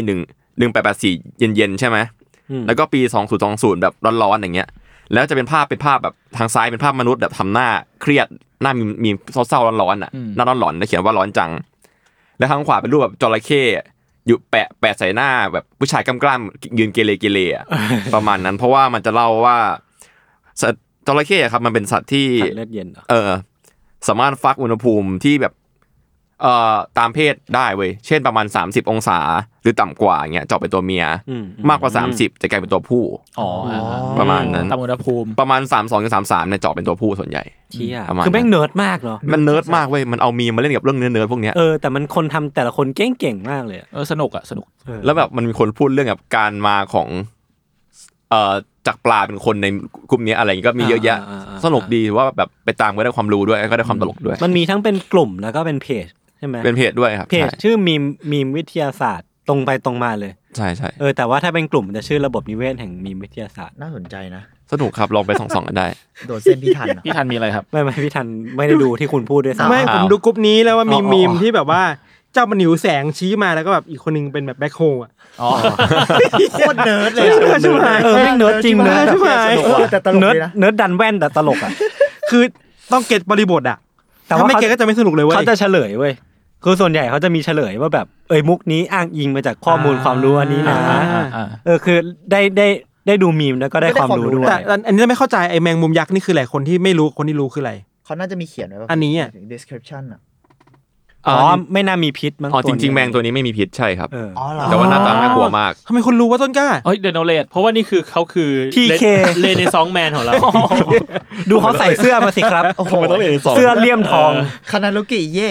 1884เย็นๆใช่ไหมแล้วก็ปี2020แบบร้อนๆอย่างเงี้ยแล้วจะเป็นภาพแบบทางซ้ายเป็นภาพมนุษย์แบบทำหน้าเครียดหน้ามีเศร้าๆร้อนๆหน้าร้อนๆแล้วเขียนว่าร้อนจังแล้วทางขวาเป็นรูปแบบจระเข้อยู่แปะใส่หน้าแบบผู้ชายกล้ามๆยืนเกเรประมาณนั้นเพราะว่ามันจะเล่าว่าสัตว์จระเข้ครับมันเป็นสัตว์ที่เลือดเย็นสามารถฟักอุณหภูมิที่แบบตามเพศได้เว้ยเช่นประมาณ30องศาหรือต่ำกว่าอย่างเงี้ยจะเป็นตัวเมียมากกว่า30จะกลายเป็นตัวผู้ประมาณนั้นตามอุณหภูมิประมาณ32ถึง33เนี่ยจะเป็นตัวผู้ส่วนใหญ่คือแม่งเนิร์ดมากเนาะมันเนิร์ดมากเว้ยมันเอามีมมาเล่นกับเรื่องเนิร์ดพวกเนี้ยแต่มันคนทำแต่ละคนเก่งมากเลยสนุกแล้วแบบมันมีคนพูดเรื่องแบบการมาของจากปลาเป็นคนในกลุ่มนี้อะไรก็มีเยอะแยะสนุกดีว่าแบบไปตามก็ได้ความรู้ด้วยก็ได้ความตลกด้วยมันมีทั้งเป็นกลุ่มแล้วก็เป็นเพจใช่ไหมเป็นเพจด้วยครับเพจชื่อมีมวิทยาศาสตร์ตรงไปตรงมาเลยใช่ใช่แต่ว่าถ้าเป็นกลุ่มมันจะชื่อระบบนิเวศแห่งมีมวิทยาศาสตร์น่าสนใจนะสนุกครับลองไปส่องกันได้โดดเส้นพี่ทันมีอะไรครับไม่พี่ทันไม่ได้ดูที่คุณพูดด้วยซ้ำไม่ผมดูกลุ่มนี้แล้วว่ามีมีมที่แบบว่าเจ้ามันหิวแสงชี้มาแล้วก็แบบอีกคนนึงเป็นแบบแบ็คโฮโคตรเนิร์ดเลยใช่ไหมไม่เนิร์ดจริงเนิร์ดใช่ไหมแต่ตลกเลยนะเนิร์ดดันแว่นแต่ตลกคือต้องเก็ตบริบทแต่ว่าไม่เก็ตก็จะไม่สนุกเลยเว้ยเขาจะเฉลยเว้ยคือส่วนใหญ่เขาจะมีเฉลยว่าแบบมุกนี้อ้างอิงมาจากข้อมูลความรู้อันนี้นะคือได้ดูมีมแล้วก็ได้ความรู้ด้วยแต่อันนี้ไม่เข้าใจไอ้แมงมุมยักษ์นี่คืออะไรคนที่ไม่รู้คนที่รู้คืออะไรเขาน่าจะมีเขียนไว้ว่าอันนี้ description ไม่น่ามีพิษมั้งจริงๆแมงตัวนี้ไม่มีพิษใช่ครับแต่ว่าหน้าตาน่ากลัวมากทำไมคุณรู้ว่าต้นกล้าเดโนเลตเพราะว่านี่คือเขาคือ TK เลเนซองแมนของเราดูเขาใส่เสื้อมาสิครับโอ้โหเสื้อเลี่ยมทองคานาโลกิเย่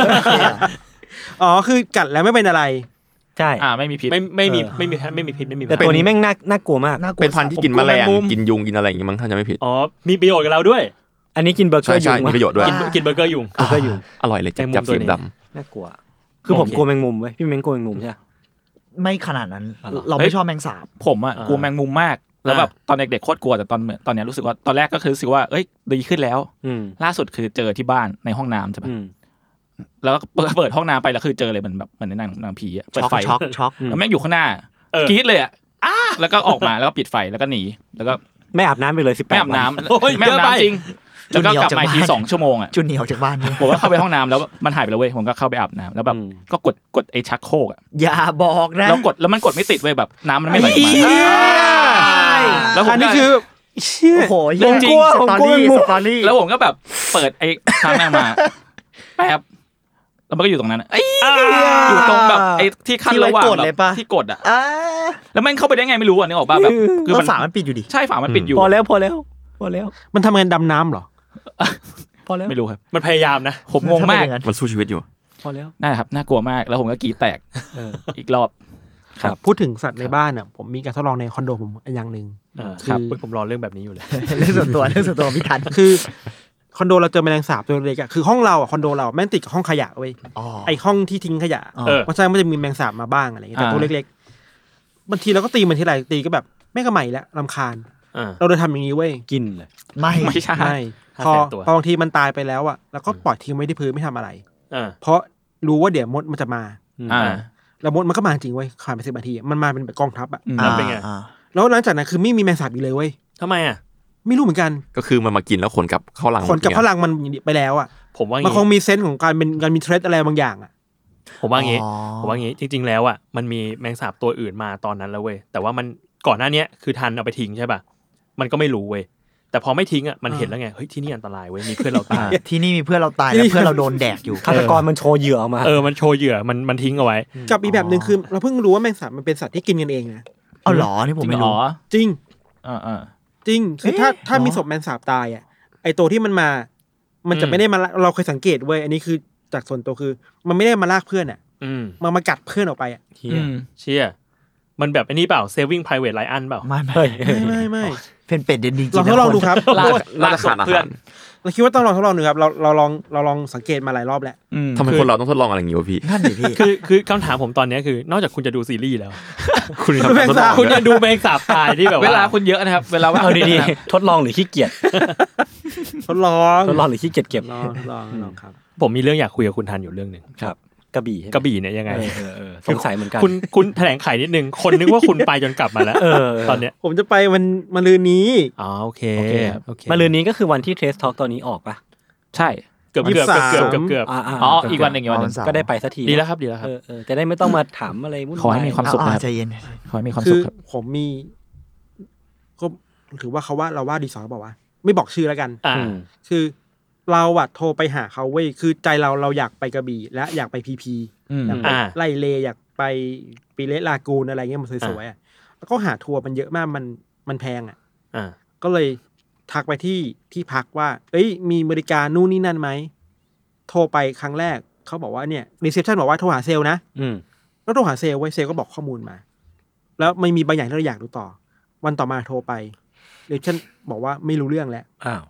คือกัดแล้วไม่เป็นอะไรใช่ไม่มีพิษไม่มีพิษแต่ตัวนี้แม่งน่ากลัวมากเป็นพันธุ์ที่กินแมลงกินยุงกินอะไรอย่างงี้มั้งถ้าจะไม่ผิดมีประโยชน์กับเราด้วยอันนี้กินเบอร์เกอร์ยุงมีประโยชน์ด้วยกินเบอร์เกอร์ยุงอร่อยเลยจับเสียงดำน่ากลัวคือผมกลัวแมงมุมเว้ยพี่เม้งกลัวแมงมุมใช่ไม่ขนาดนั้นเราไม่ชอบแมงสาบผมกลัวแมงมุมมากแล้วแบบตอนเด็กๆโคตรกลัวแต่ตอนนี้รู้สึกว่าตอนแรกก็คือรู้สึกว่าดีขึ้นแล้วล่าสุดคือเจอที่บ้านในห้องน้ำใช่ปะแล้วเปิดห้องน้ำไปแล้วคือเจอเลยเหมือนในหนังผีเปิดไฟช็อกแล้วแม่งอยู่ข้างหน้ากรี๊ดเลยแล้วก็ออกมาแล้วก็ปิดไฟแล้วก็หนีแล้วก็ไม่อาบน้ำไปเลย18 ไม่อาบน้ำจริงแล้วก็กลับมาที2 ชั่วโมงจุนเหนียวจากบ้านผมก็เข้าไปห้องน้ำแล้วมันหายไปแล้วเว้ยผมก็เข้าไปอาบน้ำแล้วแบบก็กดไอ้ชักโครกอย่าบอกนะแล้วมันกดไม่ติดเว้ยแบบน้ำมันไม่ไหลมาแล้วผมนี่คือโอ้โหเรื่องจริงสตอรี่แล้วผมก็แบบเปิดไอ้ทางน้ำมาแป๊บแล้วมันก็อยู่ตรงนั้นอยู่ตรงแบบไอ้ที่ขั้นระหว่างแบบที่กดแล้วมันเข้าไปได้ไงไม่รู้นึกออกป่ะแบบคือฝามันปิดอยู่ดิใช่ฝามันปิดอยู่พอแล้วมันทำงานดำน้ำหรอพอแล้วไม่รู้ครับมันพยายามนะผมงงมากมันสู้ชีวิตอยู่พอแล้วน่าครับน่ากลัวมากแล้วผมก็กรี๊ดแตกอีกรอบครับพูดถึงสัตว์ในบ้านผมมีการทดลองในคอนโดผมอย่างนึงครับผมรอเรื่องแบบนี้อยู่เลยเรื่องส่วนตัวพี่ทันคือคอนโดเราเจอแมลงสาบตัวเล็กคือห้องเราคอนโดเราแม่งติดกับห้องขยะเว้ยไอห้องที่ทิ้งขยะเพราะฉะนั้นมันจะมีแมลงสาบมาบ้างอะไรอย่างเงี้ยแต่ตัวเล็กๆบางทีเราก็ตีมันทีไรตีก็แบบไม่กระไหม่แล้วรำคาญเราเลยทำอย่างนี้เว้ยกินเลยไม่ใช่พอบางทีมันตายไปแล้วแล้วก็ปล่อยทิ้งไว้ที่พื้นไม่ทำอะไรเพราะรู้ว่าเดี๋ยวมดมันจะมาแล้วมดมันก็มาจริงเว้ยผ่านไป10 นาทีมันมาเป็นแบบกองทัพเป็นไงแล้วหลังจากนั้นคือไม่มีแมลงสาบอีกเลยเว้ยทำไมไม่รู้เหมือนกันก็คือมันมากินแล้วขนกับเข้ารังมันไปแล้วผมว่ามันคงมีเซนส์ของการมีเทรดอะไรบางอย่างผมว่างี้จริงๆแล้วมันมีแมงสาบตัวอื่นมาตอนนั้นแล้วเว้ยแต่ว่ามันก่อนหน้านี้คือทันเอาไปทิ้งใช่ป่ะมันก็ไม่รู้เว้ยแต่พอไม่ทิ้งมันเห็นแล้วไงเฮ้ยที่นี่อันตรายเว้ยมีเพื่อนเราตายที่นี่มีเพื่อนเราตายแล้วเพื่อนเราโดนแดกอยู่ฆาตกรมันโชว์เหยื่อออกมามันโชว์เหยื่อมันทิ้งเอาไว้กับอีกแบบนึงคือเราเพิ่งรู้ว่าแมงสาบมันเป็นสัตว์ที่กินกันเองนะอ๋อเหรอนี่ผมไม่รู้จริงจริงคือถ้ามีศพแมงสาบตายไอตัวที่มันจะไม่ได้มาเราเคยสังเกตเว้ยอันนี้คือจากส่วนตัวคือมันไม่ได้มาลากเพื่อนมันมากัดเพื่อนออกไปเชี่ยมันแบบอันนี้เปล่า Saving Private Ryan เปล่าไม่เป็นเป็ดเด่นจริงๆลองดูครับลากขาดเพื่อนเราคิดว่าต้องลองดูครับเราลองสังเกตมาหลายรอบแล้วทำไมคนเราต้องทดลองอะไรอย่างงี้วะพี่นั่นดิพี่คือคำถามผมตอนนี้คือนอกจากคุณจะดูซีรีส์แล้วคุณจะดูแมงสาบตายที่แบบเวลาคุณเยอะนะครับเวลาว่าเอาดีๆทดลองหรือขี้เกียจทดลองหรือขี้เกียจเก็บลองครับผมมีเรื่องอยากคุยกับคุณทันอยู่เรื่องนึงครับกระบี่เนี่ยยังไงสงสัยเหมือนกันคุณแถลงไขนิดนึงคนนึกว่าคุณไปจนกลับมาแล้วตอนเนี้ยผมจะไปวันมะรืนนี้โอเคมะรืนนี้ก็คือวันที่เทสทอล์กตอนนี้ออกปะใช่เกือบอีกวันนึงก็ได้ไปสักทีดีแล้วครับจะได้ไม่ต้องมาถามอะไรวุ่นวายขอให้มีความสุขนะใจเย็นขอให้มีความสุขผมมีก็ถือว่าเขาว่าเราว่าดีสอนบอกว่าไม่บอกชื่อแล้วกันคือเราโทรไปหาเขาเว้ยคือใจเราอยากไปกระบี่และอยากไปพีอยากไปไล่เลอยากไปปีเลลากูนอะไรเงี้ยมันสวยๆแล้วก็หาทัวร์มันเยอะมากมันแพงก็เลยทักไปที่พักว่ามีบริการนู่นนี่นั่นไหมโทรไปครั้งแรกเขาบอกว่าเนี่ยรีเซพชันบอกว่าโทรหาเซลนะแล้วโทรหาเซลไว้เซลก็บอกข้อมูลมาแล้วไม่มีบางอย่างที่เราอยากรู้ต่อวันต่อมาโทรไปรีเซพชันบอกว่าไม่รู้เรื่องแล้ว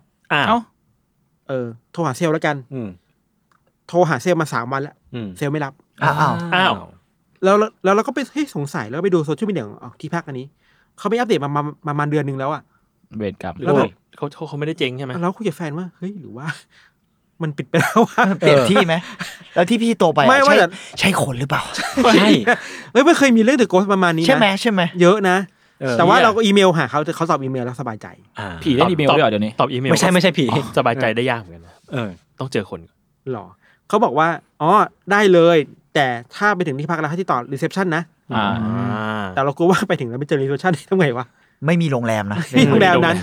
โทรหาเซลแล้วกันโทรหาเซลมา3 วันแล้วเซลไม่รับแล้วเราก็ไปสงสัยแล้วไปดูโซเชียลมีเดียที่พักอันนี้เขาไม่อัปเดตมาเดือนนึงแล้วเวรกรรมแล้วเขาไม่ได้เจ๊งใช่ไหมแล้วคุยกับแฟนว่าเฮ้ยหรือว่ามันปิดไปแล้วว่าเปลี่ยนที่ไหมแล้วที่พี่โตไปไม่ว่าใช่คนหรือเปล่าใช่ไม่เคยมีเรื่องเดอะโกสต์ประมาณนี้นะใช่ไหมเยอะนะแต่ว่าเราก็อีเมลหาเขาตอบอีเมลแล้วสบายใจผีได้อีเมลด้วยเดี๋ยวนี้ตอบอีเมลไม่ใช่ผีสบายใจได้ยากเหมือนกันนะต้องเจอคนหรอเขาบอกว่าได้เลยแต่ถ้าไปถึงที่พักแล้วให้ที่ต่อรีเซพชันนะแต่เรากลัวว่าไปถึงแล้วไม่เจอรีเซพชันทำไงวะไม่มีโรงแรมนะไม่มีโรงแรมนั้น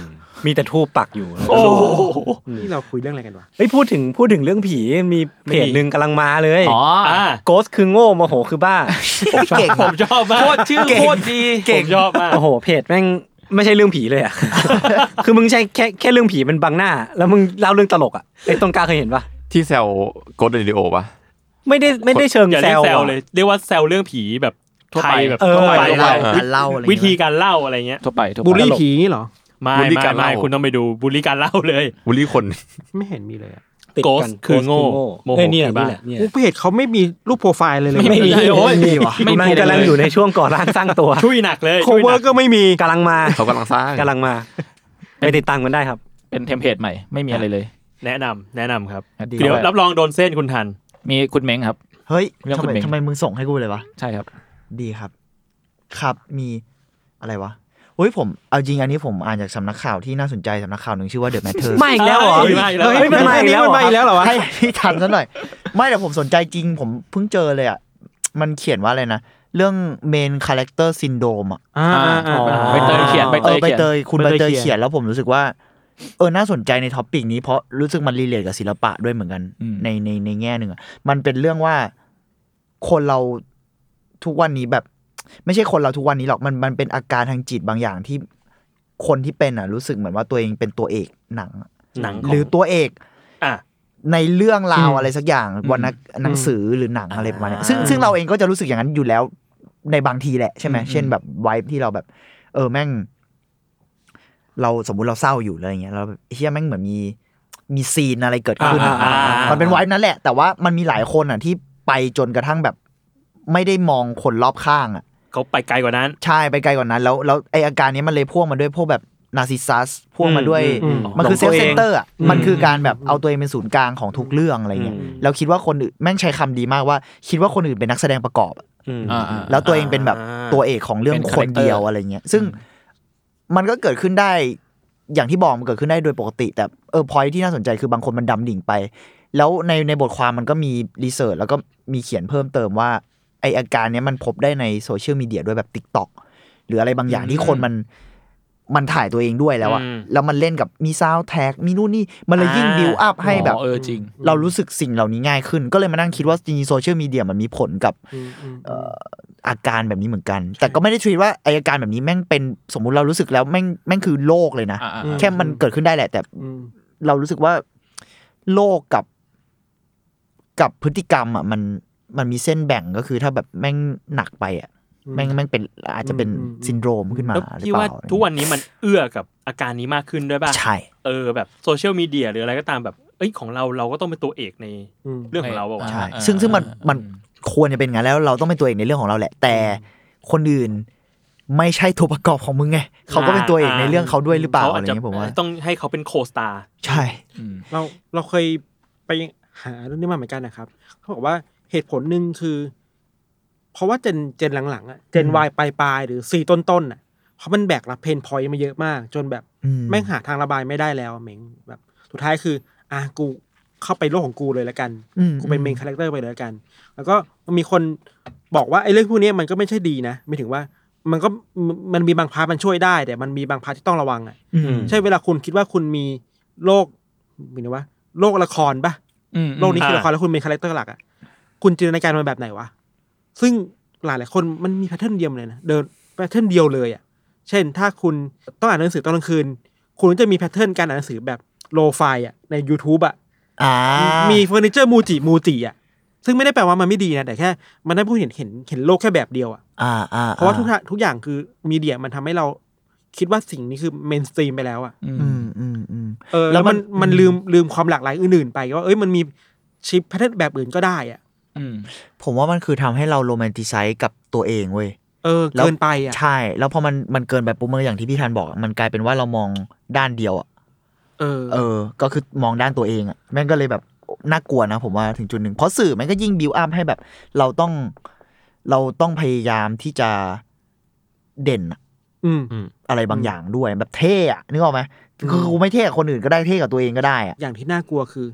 มีแต่ทูปปักอยู่โอ้นี่เราคุยเรื่องอะไรกันวะเฮ้ยพูดถึงเรื่องผีมีเพจนึงกำลังมาเลยโกสคือโง่โมโหคือบ้าผมชอบมากโคตรชื่อโคตรดีผมชอบมากโอ้โหเพจแม่งไม่ใช่เรื่องผีเลยอ่ะคือมึงใช่แค่เรื่องผีเป็นบังหน้าแล้วมึงเล่าเรื่องตลกอ่ะไอ้ต้นกล้าเคยเห็นปะที่แซวโกสเรดิโอปะไม่ได้เชิงแซวเลยเรียกว่าแซวเรื่องผีแบบทั่วไปแบบทั่วไปเล่าวิธีการเล่าอะไรเงี้ยทั่วไปบูลลี่ผีนี่เหรอไม่คุณต้องไปดูบูลลี่การเล่าเลยบูลลี่คนไม่เห็นมีเลยโกสคือโง่โมโหนี่แหละเพจเขาไม่มีรูปโปรไฟล์เลยไม่มีโอ้ยมีว่ะมันกำลังอยู่ในช่วงก่อร่างสร้างตัวช่วยหนักเลยโคเวอร์ก็ไม่มีกำลังมาเขากำลังสร้างไปติดตามกันได้ครับเป็นเทมเพลตใหม่ไม่มีอะไรเลยแนะนำครับเดี๋ยวรับรองโดนเส้นคุณทันมีคุณเม้งครับเฮ้ยทำไมมึงส่งให้กูเลยวะใช่ครับดีครับมีอะไรวะเฮ้ยผมเอาจริงอันนี้ผมอ่านจากสำนักข่าวที่น่าสนใจสำนักข่าวหนึ่งชื่อว่า The Matter ไม่อีกแล้วเหรอมันมาอีกแล้วเหรอวะให้พี่ทันซะหน่อยไม่แต่ผมสนใจจริงผมเพิ่งเจอเลยอ่ะมันเขียนว่าอะไรนะเรื่อง main character syndrome อ่ะใบเตยเขียนคุณใบเตยเขียนแล้วผมรู้สึกว่าน่าสนใจในท็อปิกนี้เพราะรู้สึกมันรีเลทกับศิลปะด้วยเหมือนกันในแง่นึงอ่ะมันเป็นเรื่องว่าคนเราทุกวันนี้แบบไม่ใช่คนเราทุกวันนี้หรอกมันเป็นอาการทางจิตบางอย่างที่คนที่เป็นรู้สึกเหมือนว่าตัวเองเป็นตัวเอกหนังหรือตัวเอกในเรื่องราวอะไรสักอย่างวันหนังสือหรือหนังอะไรประมาณนี้ซึ่งเราเองก็จะรู้สึกอย่างนั้นอยู่แล้วในบางทีแหละใช่ไหมเช่นแบบไวบ์ที่เราแบบแม่งเราสมมุติเราเศร้าอยู่อะไรเงี้ยเราเฮียแม่งเหมือนมีซีนอะไรเกิดขึ้นมันเป็นไวบ์นั่นแหละแต่ว่ามันมีหลายคนที่ไปจนกระทั่งแบบไม่ได้มองคนรอบข้างเขาไปไกลกว่านั้นใช่ไปไกลกว่านั้นแล้วไออาการนี้มันเลยพ่วงมาด้วยพวกแบบนาร์ซิสซัสพ่วงมาด้วยมันคือเซลฟ์เซนเตอร์มันคือการแบบเอาตัวเองเป็นศูนย์กลางของทุกเรื่องอะไรเงี้ยแล้วคิดว่าคนอื่นแม่งใช้คำดีมากว่าคิดว่าคนอื่นเป็นนักแสดงประกอบแล้วตัวเองเป็นแบบตัวเอกของเรื่องคนเดียวอะไรเงี้ยซึ่งมันก็เกิดขึ้นได้อย่างที่บอกมันเกิดขึ้นได้โดยปกติแต่พอยที่น่าสนใจคือบางคนมันดำดิ่งไปแล้วในบทความมันก็มีรีเสิร์ชแล้วก็มีเขียนเพิ่มเติมว่าไออาการนี้มันพบได้ในโซเชียลมีเดียด้วยแบบ TikTok หรืออะไรบางอย่างที่คนมันถ่ายตัวเองด้วยแล้วอะแล้วมันเล่นกับมีซาวด์แท็กมีนู่นนี่มันเลยยิ่งบิวอัพให้แบบจริงเรารู้สึกสิ่งเหล่านี้ง่ายขึ้นก็เลยมานั่งคิดว่าจริงๆโซเชียลมีเดียมันมีผลกับอาการแบบนี้เหมือนกันแต่ก็ไม่ได้ทวีตว่าอาการแบบนี้แม่งเป็นสมมุติเรารู้สึกแล้วแม่งคือโลกเลยนะแค่มันเกิดขึ้นได้แหละแต่เรารู้สึกว่าโลกกับพฤติกรรมอ่ะมันมีเส้นแบ่งก็คือถ้าแบบแม่งหนักไปอ่ะแม่งเป็นอาจจะเป็นซินโดรมขึ้นมาพี่ว่าทุกวันนี้มันเอื้อกับอาการนี้มากขึ้นด้วยป่ะใช่แบบโซเชียลมีเดียหรืออะไรก็ตามแบบของเราก็ต้องเป็นตัวเอกในเรื่องของเราป่ะใช่ซึ่งมันควรจะเป็นงั้นแล้วเราต้องเป็นตัวเอกในเรื่องของเราแหละแต่คนอื่นไม่ใช่ตัวประกอบของมึงไงเขาก็เป็นตัวเอกในเรื่องเขาด้วยหรือเปล่าอะไรอย่างเงี้ยผมว่าต้องให้เขาเป็นโคสตาร์ใช่เราเคยไปหาเรื่องนี้มาเหมือนกันนะครับเขาบอกว่าเหตุผลนึงคือเพราะว่าเจนหลังๆอ่ะเจน Y ปลายๆหรือ4ต้นๆน่ะเพราะมันแบกรับเพนพอยต์มาเยอะมากจนแบบแม่งหาทางระบายไม่ได้แล้วเม้งแบบสุดท้ายคือกูเข้าไปโลกของกูเลยแล้วกันกูเป็นเมนคาแรคเตอร์ไปเลยแล้วกันแล้วก็มันมีคนบอกว่าไอ้เรื่องพวกนี้มันก็ไม่ใช่ดีนะไม่ถึงว่ามันมีบางพาร์ทมันช่วยได้แต่มันมีบางพาร์ทที่ต้องระวังอ่ะใช่เวลาคุณคิดว่าคุณมีโลกหมายถึงว่าโลกละครป่ะโลกนี้คือละครแล้วคุณเป็นคาแรคเตอร์หลักอ่ะคุณจินตนาการมันแบบไหนวะซึ่งหลายคนมันมีแพทเทิร์นเดียวเลยนะเดินแพทเทิร์นเดียวเลยอ่ะเช่นถ้าคุณต้องอ่านหนังสือตอนกลางคืนคุณจะมีแพทเทิร์นการอ่านหนังสือแบบโลไฟอ่ะใน YouTube อ่ะมีเฟอร์นิเจอร์มูจิอ่ะซึ่งไม่ได้แปลว่ามันไม่ดีนะแต่แค่มันได้ผู้เห็นโลกแค่แบบเดียวอ่ะเพราะว่าทุกอย่างคือมีเดียมันทำให้เราคิดว่าสิ่งนี้คือเมนสตรีมไปแล้วอ่ะแล้วมันลืมความหลากหลายอื่นๆไปว่ามันมีชิปแพทเทิร์นแบบอื่นก็ได้อ่ะผมว่ามันคือทำให้เราโรแมนติไซซ์กับตัวเองเว้ยเกินไปอ่ะใช่แล้วพอมันเกินไปปุ๊บอย่างที่พี่ธันบอกมันกลายเป็นว่าเรามองด้านเดียวอ่ะก็คือมองด้านตัวเองอ่ะแม่งก็เลยแบบน่ากลัวนะผมว่าถึงจุดหนึ่งเพราะสื่อมันก็ยิ่งบิวอัพให้แบบเราต้องพยายามที่จะเด่นอะไรบางอย่างด้วยแบบเท่อะนึกออกไหมคือกูไม่เท่กับคนอื่นก็ได้เท่กับตัวเองก็ได้อะอย่างที่น่ากลัวคือ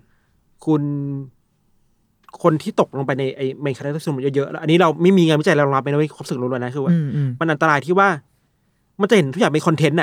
คนที่ตกลงไปในไอ้เมนคาแรคเตอร์เยอะๆแล้วอันนี้เราไม่มีงานวิจัยรองรับไปนะความสึกล้วนๆนะคือว่ามันอันตรายที่ว่ามันจะเห็นทุกอย่างเป็นคอนเทนต์น่ะ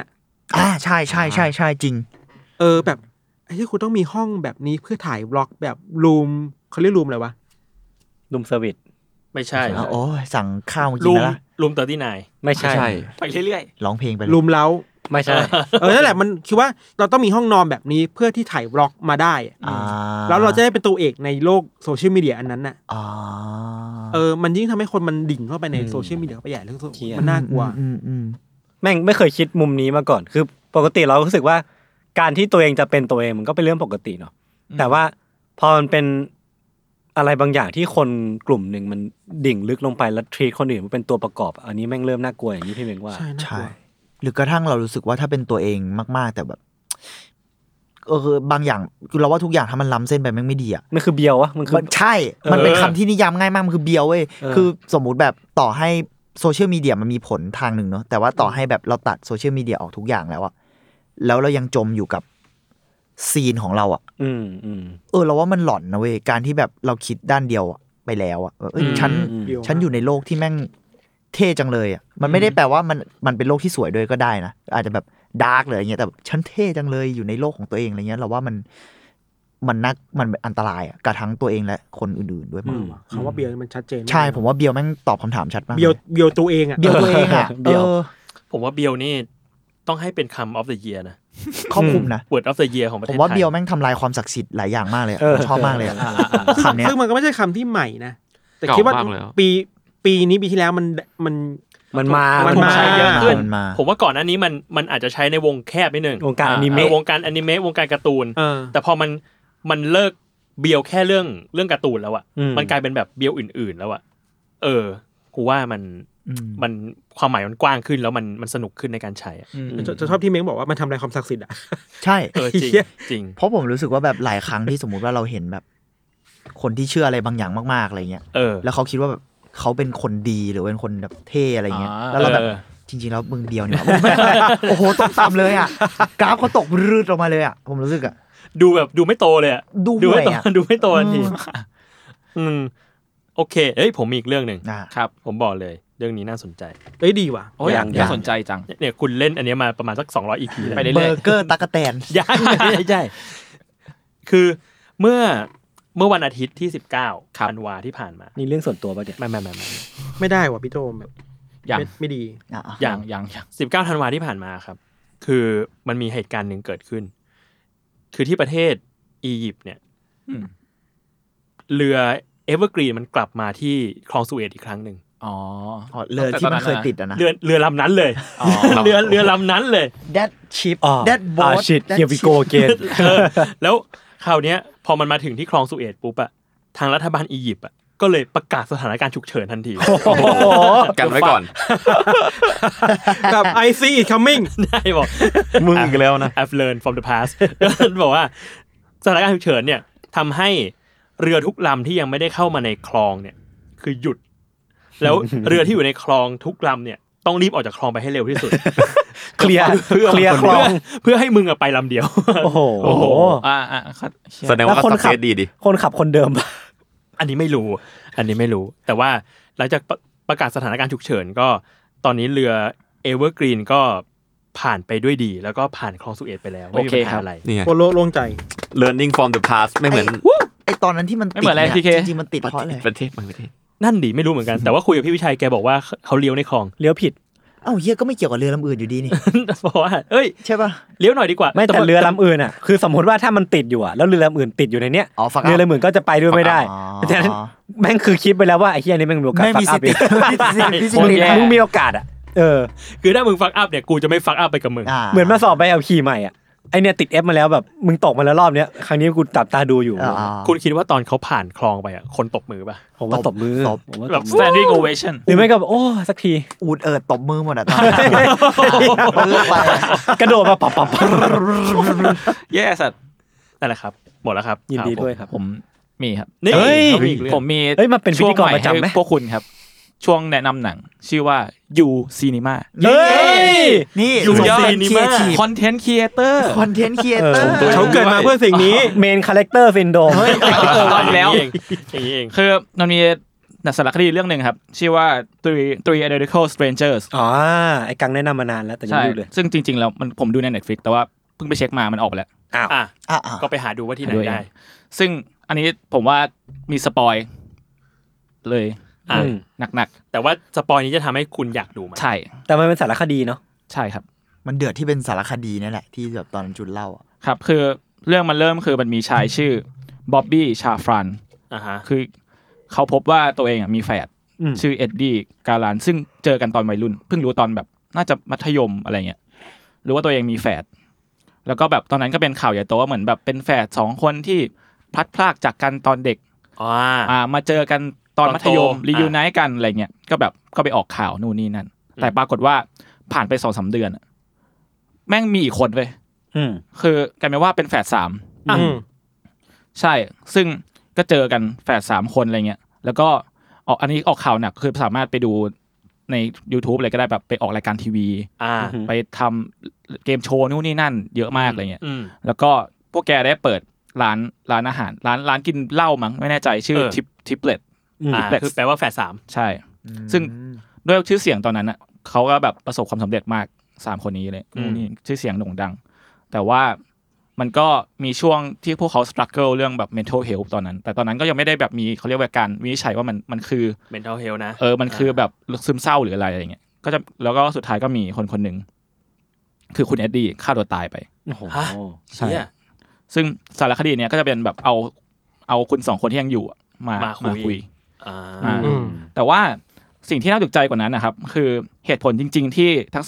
ใช่จริงแบบไอ้ที่คุณต้องมีห้องแบบนี้เพื่อถ่ายบล็อกแบบรูมเขาเรียกรูมอะไรวะรูมเซอร์วิสไม่ใช่โอ้ยสั่งข้าวมากินแล้วรูม39 ไม่ใช่ไปเรื่อยๆร้องเพลงไปรูมเล้าไม่ใช่นั่นแหละมันคือว่าเราต้องมีห้องนอนแบบนี้เพื่อที่ถ่ายบล็อกมาได้แล้วเราจะได้เป็นตัวเอกในโลกโซเชียลมีเดียอันนั้นน่ะมันยิ่งทำให้คนมันดิ่งเข้าไปในโซเชียลมีเดียไปใหญ่แล้วมันน่ากลัวแม่งไม่เคยคิดมุมนี้มาก่อนคือปกติเรารู้สึกว่าการที่ตัวเองจะเป็นตัวเองมันก็เป็นเรื่องปกติเนาะแต่ว่าพอมันเป็นอะไรบางอย่างที่คนกลุ่มหนึ่งมันดิ่งลึกลงไปแล้วทรีตคนอื่นมันเป็นตัวประกอบอันนี้แม่งเริ่มน่ากลัวอย่างนี้พี่เมงว่าใช่หรือกระทั่งเรารู้สึกว่าถ้าเป็นตัวเองมากๆแต่แบบคือบางอย่างคือเราว่าทุกอย่างถ้ามันล้ำเส้นไปแม่งไม่ดีอ่ะมันคือเบียววะมันคือใช่มันเป็นคำที่นิยามง่ายมากมันคือเบียวเว้ยคือสมมุติแบบต่อให้โซเชียลมีเดียมันมีผลทางหนึ่งเนาะแต่ว่าต่อให้แบบเราตัดโซเชียลมีเดียออกทุกอย่างแล้วอะแล้วเรายังจมอยู่กับซีนของเราอ่ะเราว่ามันหลอนนะเว้ยการที่แบบเราคิดด้านเดียวไปแล้วอ่ะฉันอยู่ในโลกที่แม่งเท่จังเลยอ่ะมันไม่ได้แปลว่ามันเป็นโลกที่สวยด้วยก็ได้นะอาจจะแบบดาร์กเลยอย่างเงี้ยแต่ฉันเท่จังเลยอยู่ในโลกของตัวเองอะไรเงี้ยเราว่ามันอันตรายอ่ะกับทั้งตัวเองและคนอื่นๆด้วยมั้งคำว่าเบียวมันชัดเจนใช่ผมว่าเบียวแม่งตอบคำถามชัดมากเบียวตัวเองอ่ะผมว่าเบียวนี่ต้องให้เป็นคำ of the year นะครอบคลุมนะ word of the year ของประเทศไทยผมว่าเบียวแม่งทำลายความศักดิ์สิทธิ์หลายอย่างมากเลยชอบมากเลยคำนี้ซึ่งมันก็ไม่ใช่คำที่ใหม่นะแต่คิดว่าปีนี้ปีที่แล้วมันใช้เยอะขึ้นผมว่าก่อนหน้านี้มันอาจจะใช้ในวงแคบนิดนึงวงการอนิเมะวงการการ์ตูนแต่พอมันเลิกเบียวแค่เรื่องการ์ตูนแล้วอ่ะมันกลายเป็นแบบเบียวอื่นๆแล้วอ่ะกูว่ามันความหมายมันกว้างขึ้นแล้วมันสนุกขึ้นในการใช้จะชอบที่เม้งบอกว่ามันทำลายความศักดิ์สิทธิ์อ่ะใช่จริงเพราะผมรู้สึกว่าแบบหลายครั้งที่สมมุติว่าเราเห็นแบบคนที่เชื่ออะไรบางอย่างมากๆอะไรเงี้ยแล้วเขาคิดว่าแบบเขาเป็นคนดีหรือเป็นคนแบบเท่อะไรเงี้ยแล้วเราแบบจริงๆแล้วมึงเดียวเนี่ยโอ้โหตกต่ำเลยอ่ะกราฟเขาตกรืดลงมาเลยอ่ะผมรู้สึกอ่ะดูไม่โตเลยอ่ะดูไม่โตทันทีโอเคผมมีอีกเรื่องนึงครับผมบอกเลยเรื่องนี้น่าสนใจดีว่ะน่าสนใจจังเนี่ยคุณเล่นอันนี้มาประมาณสัก200 EP แล้วไปเบอร์เกอร์ตั๊กแตนใช่คือเมื่อวันอาทิตย์ที่19ธันวาที่ผ่านมานี่เรื่องส่วนตัวป่ะเนี่ยไม่ได้ว่ะพี่โตแบบไม่ดีอย่าง19ธันวาที่ผ่านมาครับคือมันมีเหตุการณ์นึงเกิดขึ้นคือที่ประเทศอียิปต์เนี่ยเรือเอเวอร์กรีนมันกลับมาที่คลองสุเอซอีกครั้งนึงเรือที่มันเคยติดนะเรือลำนั้นเลยเรือลำนั้นเลย That ship That boat Here we go again แล้วคราวนี้พอมันมาถึงที่คลองสุเอซปุ๊บอะทางรัฐบาลอียิปต์อะก็เลยประกาศสถานการณ์ฉุกเฉินทันทีกันไว้ก่อนแบบ I see it coming ได้บอกมึงอีกแล้วนะ I've learned from the past บอกว่าสถานการณ์ฉุกเฉินเนี่ยทำให้เรือทุกลำที่ยังไม่ได้เข้ามาในคลองเนี่ยคือหยุดแล้วเรือที่อยู่ในคลองทุกลำเนี่ยต้องรีบออกจากคลองไปให้เร็วที่สุดเคลียร์คลองเพื่อให้มึงไปลำเดียวโอ้โหแสดงว่าคนขับดีคนขับคนเดิมอันนี้ไม่รู้แต่ว่าหลังจากประกาศสถานการณ์ฉุกเฉินก็ตอนนี้เรือเอเวอร์กรีนก็ผ่านไปด้วยดีแล้วก็ผ่านคลองสุเอซไปแล้วไม่มีปัญหาอะไรโคโลโล่งใจ learning from the past ไม่เหมือนไอตอนนั้นที่มันติดจริงๆมันติดเพราะอะไรประเทศนั่นดิไม่รู้เหมือนกันแต่ว่าคุยกับพี่วิชัยแกบอกว่าเขาเลี้ยวในคลองเลี้ยวผิดเฮียก็ไม่เกี่ยวกับเรือลำอื่นอยู่ดีนี่เพราะว่าใช่ป่ะเลี้ยวหน่อยดีกว่าไม่แต่เรือลำอื่นอ่ะคือสมมติว่าถ้ามันติดอยู่อ่ะแล้วเรือลำอื่นติดอยู่ในเนี้ยเรือลำอื่นก็จะไปด้วยไม่ได้ฉะนั้นแม่งคือคิดไปแล้วว่าไอ้เฮียนี่แม่งมีโอกาสฟักอัพมึงมีโอกาสอ่ะคือถ้ามึงฟักอัพเนี่ยกูจะไม่ฟักอัพไปกับมึงเหมือนมาสอบใบขับขี่ใหม่อ่ะไอเนี่ยติด F มาแล้วแบบมึงตกมาแล้วรอบเนี้ยครั้งนี้กูจับตาดูอยู่คุณคิดว่าตอนเขาผ่านคลองไปอ่ะคนตบมือป่ะผมว่าตบมือแบบ standing ovation หรือไม่ก็โอ้สักทีอูดตบมือหมดอ่ะกระโดดมาปับแย่สัตว์นั่นแหละครับหมดแล้วครับยินดีด้วยครับผมมีครับผมมีมาเป็นพิธีกรประจำไหมพวกคุณครับช่วงแนะนำหนังชื่อว่า You Cinema นี่ You Cinema Content Creator เขาเกิดมาเพื่อสิ่งนี้ Main Character Syndrome ต้องแล้วคือมันมีสารคดีเรื่องนึงครับชื่อว่า Three Identical Strangers ไอ้กังแนะนำมานานแล้วแต่ยังไม่ดูเลยซึ่งจริงๆแล้วผมดูใน Netflix แต่ว่าเพิ่งไปเช็คมามันออกไปแล้วก็ไปหาดูว่าที่ไหนได้ซึ่งอันนี้ผมว่ามีสปอยเลยหนักๆแต่ว่าสปอยนี้จะทำให้คุณอยากดูมั้ยใช่แต่มันเป็นสารคดีเนาะใช่ครับมันเดือดที่เป็นสารคดีนี่แหละที่แบบตอนจุนเล่าครับคือเรื่องมันเริ่มคือมันมีชายชื่อบ๊อบบี้ชาฟรานคือเขาพบว่าตัวเองมีแฝดชื่อเอ็ดดี้การันซึ่งเจอกันตอนวัยรุ่นเพิ่งรู้ตอนแบบน่าจะมัธยมอะไรเงี้ยรู้ว่าตัวเองมีแฝดแล้วก็แบบตอนนั้นก็เป็นข่าวใหญ่โตว่าเหมือนแบบเป็นแฝด2คนที่พลัดพรากจากกันตอนเด็กมาเจอกันตอนมัธยมรียูไนท์กันอะไรเงี้ยก็แบบก็ไปออกข่าวนู่นนี่นั่นแต่ปรากฏว่าผ่านไป 2-3 เดือนแม่งมีอีกคนเว้ยคือกลายเป็นว่าเป็นแฝด3ใช่ซึ่งก็เจอกันแฝด3คนอะไรเงี้ยแล้วก็อันนี้ออกข่าวหนักคือสามารถไปดูใน YouTube อะไรก็ได้แบบไปออกรายการทีวีไปทำเกมโชว์นู่นนี่นั่นเยอะมากอะไรเงี้ยแล้วก็พวกแกได้เปิดร้านอาหารร้านกินเหล้ามั้งไม่แน่ใจชื่อทิปเลตคือแปลว่าแฝด 3ใช่ซึ่งด้วยชื่อเสียงตอนนั้นน่ะเขาก็แบบประสบความสำเร็จมาก3คนนี้เลยนี่ชื่อเสียงโด่งดังแต่ว่ามันก็มีช่วงที่พวกเขา struggle เรื่องแบบ mental health ตอนนั้นแต่ตอนนั้นก็ยังไม่ได้แบบมีเขาเรียกว่าการวินิจฉัยว่ามันคือ mental health นะมันคือแบบซึมเศร้าหรืออะไรอย่างเงี้ยก็จะแล้วก็สุดท้ายก็มีคนนึงคือคุณเอ็ดดี้ฆ่าตัวตายไปโอ้โหใช่ซึ่งสารคดีเนี้ยก็จะเป็นแบบเอาคุณ2คนที่ยังอยู่มาคุยแต่ว่าสิ่งที่น่าตกใจกว่านั้นนะครับคือเหตุผลจริงๆที่ทั้ง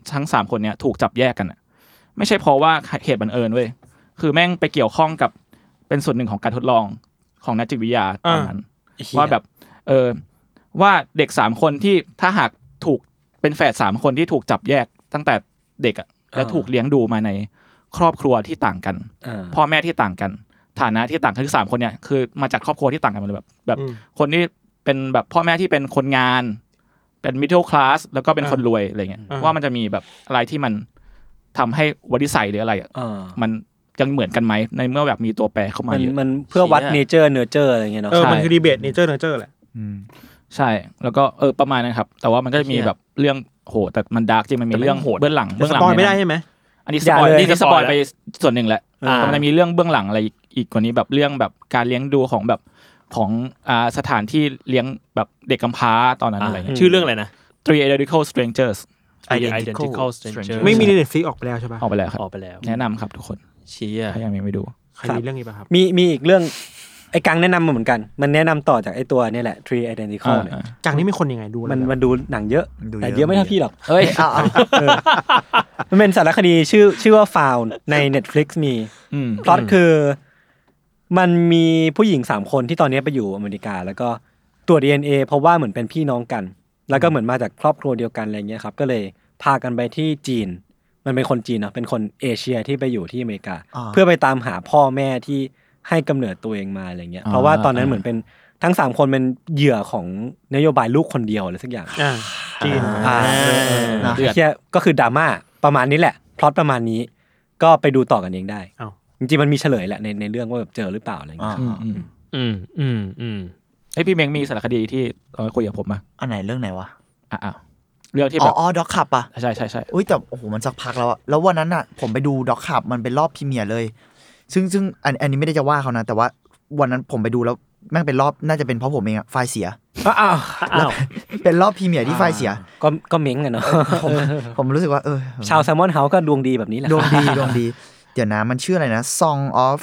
3คนเนี้ยถูกจับแยกกันน่ะไม่ใช่เพราะว่าเหตุบังเอิญเว้ยคือแม่งไปเกี่ยวข้องกับเป็นส่วนหนึ่งของการทดลองของนักจิตวิทยาตอนนั้นว่าแบบว่าเด็ก3คนที่ถ้าหากถูกเป็นแฝด3คนที่ถูกจับแยกตั้งแต่เด็กแล้วถูกเลี้ยงดูมาในครอบครัวที่ต่างกันพ่อแม่ที่ต่างกันฐานะที่ต่างกันคือ3คนเนี่ยคือมาจากครอบครัวที่ต่างกันหมดเลยแบบคนที่เป็นแบบพ่อแม่ที่เป็นคนงานเป็น middle class แล้วก็เป็นคนรวยอะไรเงี้ยว่ามันจะมีแบบอะไรที่มันทำให้วัฏจักรหรืออะไรมันยังเหมือนกันไหมในเมื่อแบบมีตัวแปรเข้ามาเยอะมันเพื่อวัดเนเจอร์เนเจอร์อะไรเงี้ยเนาะมันคือดีเบตเนเจอร์เนเจอร์แหละใช่แล้วก็ประมาณนั้นครับแต่ว่ามันก็จะมีแบบเรื่องโหแต่มันดาร์กจริงมันมีเรื่องเบื้องหลังสปอยไม่ได้ใช่ไหมอันนี้สปอยไปส่วนหนึ่งแหละมันจะมีเรื่องเบื้องหลังอะไรอีกกว่านี้แบบเรื่องแบบการเลี้ยงดูของแบบของสถานที่เลี้ยงแบบเด็กกำพร้าตอนนั้นอะไรเงี้ยชื่อเรื่องอะไรนะ Three Identical Strangers Identical Strangers ไม่มีใน Netflix ออกไปแล้วใช่ป่ะออกไปแล้วครับออกไปแล้วแนะนำครับทุกคนเชียร์ถ้ายังไม่ดูใครมีเรื่องนี้ป่ะครับมีอีกเรื่องไอ้กังแนะนำมาเหมือนกันมันแนะนำต่อจากไอ้ตัวนี่แหละ Three Identical เนี่ยกังนี่มีคนยังไงดูมันดูหนังเยอะแต่เยอะไม่เท่าพี่หรอกเอ้ยมันเป็นสารคดีชื่อว่า Found ใน Netflix มีพล็อตคือมันมีผู้หญิง3คนที่ตอนนี้ไปอยู่อเมริกาแล้วก็ตรวจ DNA เพราะว่าเหมือนเป็นพี่น้องกันแล้วก็เหมือนมาจากครอบครัวเดียวกันอะไรเงี้ยครับก็เลยพากันไปที่จีนมันเป็นคนจีนเนาะเป็นคนเอเชียที่ไปอยู่ที่อเมริกาเพื่อไปตามหาพ่อแม่ที่ให้กำเนิดตัวเองมาอะไรเงี้ยเพราะว่าตอนนั้นเหมือนเป็นทั้ง3คนเป็นเหยื่อของนโยบายลูกคนเดียวอะไรสักอย่างจีนก็คือดราม่าประมาณนี้แหละพล็อตประมาณนี้ก็ไปดูต่อกันเองได้จริงๆมันมีเฉลยแหละในเรื่องว่าแบบเจอหรือเปล่าอะไรเงี้ยไอพี่เม้งมีสารคดีที่คุยกับผมมาอันไหนเรื่องไหนวะเรื่องที่แบบด็อกขับอ่ะใช่อุ้ยแต่โอ้โหมันสักพักแล้วแล้ววันนั้นอ่ะผมไปดูด็อกขับมันเป็นรอบพรีเมียร์เลยซึ่งอันนี้ไม่ได้จะว่าเขานะแต่ว่าวันนั้นผมไปดูแล้วแม่งเป็นรอบน่าจะเป็นเพราะผมเองอะไฟล์เสียเป็นรอบพรีเมียร์ที่ไฟล์เสียก็เม้งกันเนาะผมรู้สึกว่าชาวแซมมอนเฮาส์ก็ดวงดีแบบนี้แหละดวงดีเดี๋ยวนะมันชื่ออะไรนะ Song of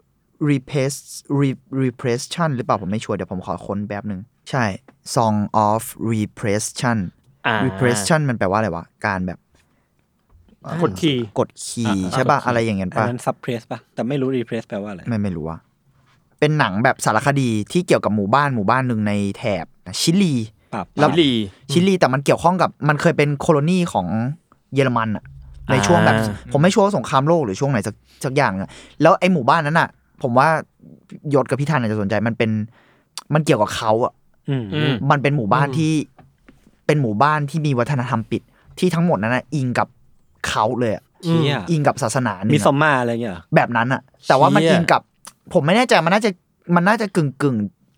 Repression หรือเปล่าผมไม่ชัวร์เดี๋ยวผมขอค้นแป๊บนึงใช่ Song of Repression Repression มันแปลว่าอะไรวะการแบบกดขี่ใช่ป่ะอะไรอย่างเงี้ยป่ะอันนั้น suppress ป่ะแต่ไม่รู้ repress แปลว่าอะไรไม่รู้ว่าเป็นหนังแบบสารคดีที่เกี่ยวกับหมู่บ้านนึงในแถบชิลีแต่มันเกี่ยวข้องกับมันเคยเป็นโคโลนีของเยอรมันอะในช่วงแบบผมไม่ชัวร์ว่าสงครามโลกหรือช่วงไหนสักอย่างอะแล้วไอ้หมู่บ้านนั้นอะผมว่ายศกับพี่ธันอาจจะสนใจมันเกี่ยวกับเขาอะมันเป็นหมู่บ้านที่เป็นหมู่บ้านที่มีวัฒนธรรมปิดที่ทั้งหมดนั้นนะอิงกับเขาเลยอิงกับศาสนามีซอมมาอะไรเงี้ยแบบนั้นอะแต่ว่ามันอิงกับผมไม่แน่ใจมันน่าจะกึ่ง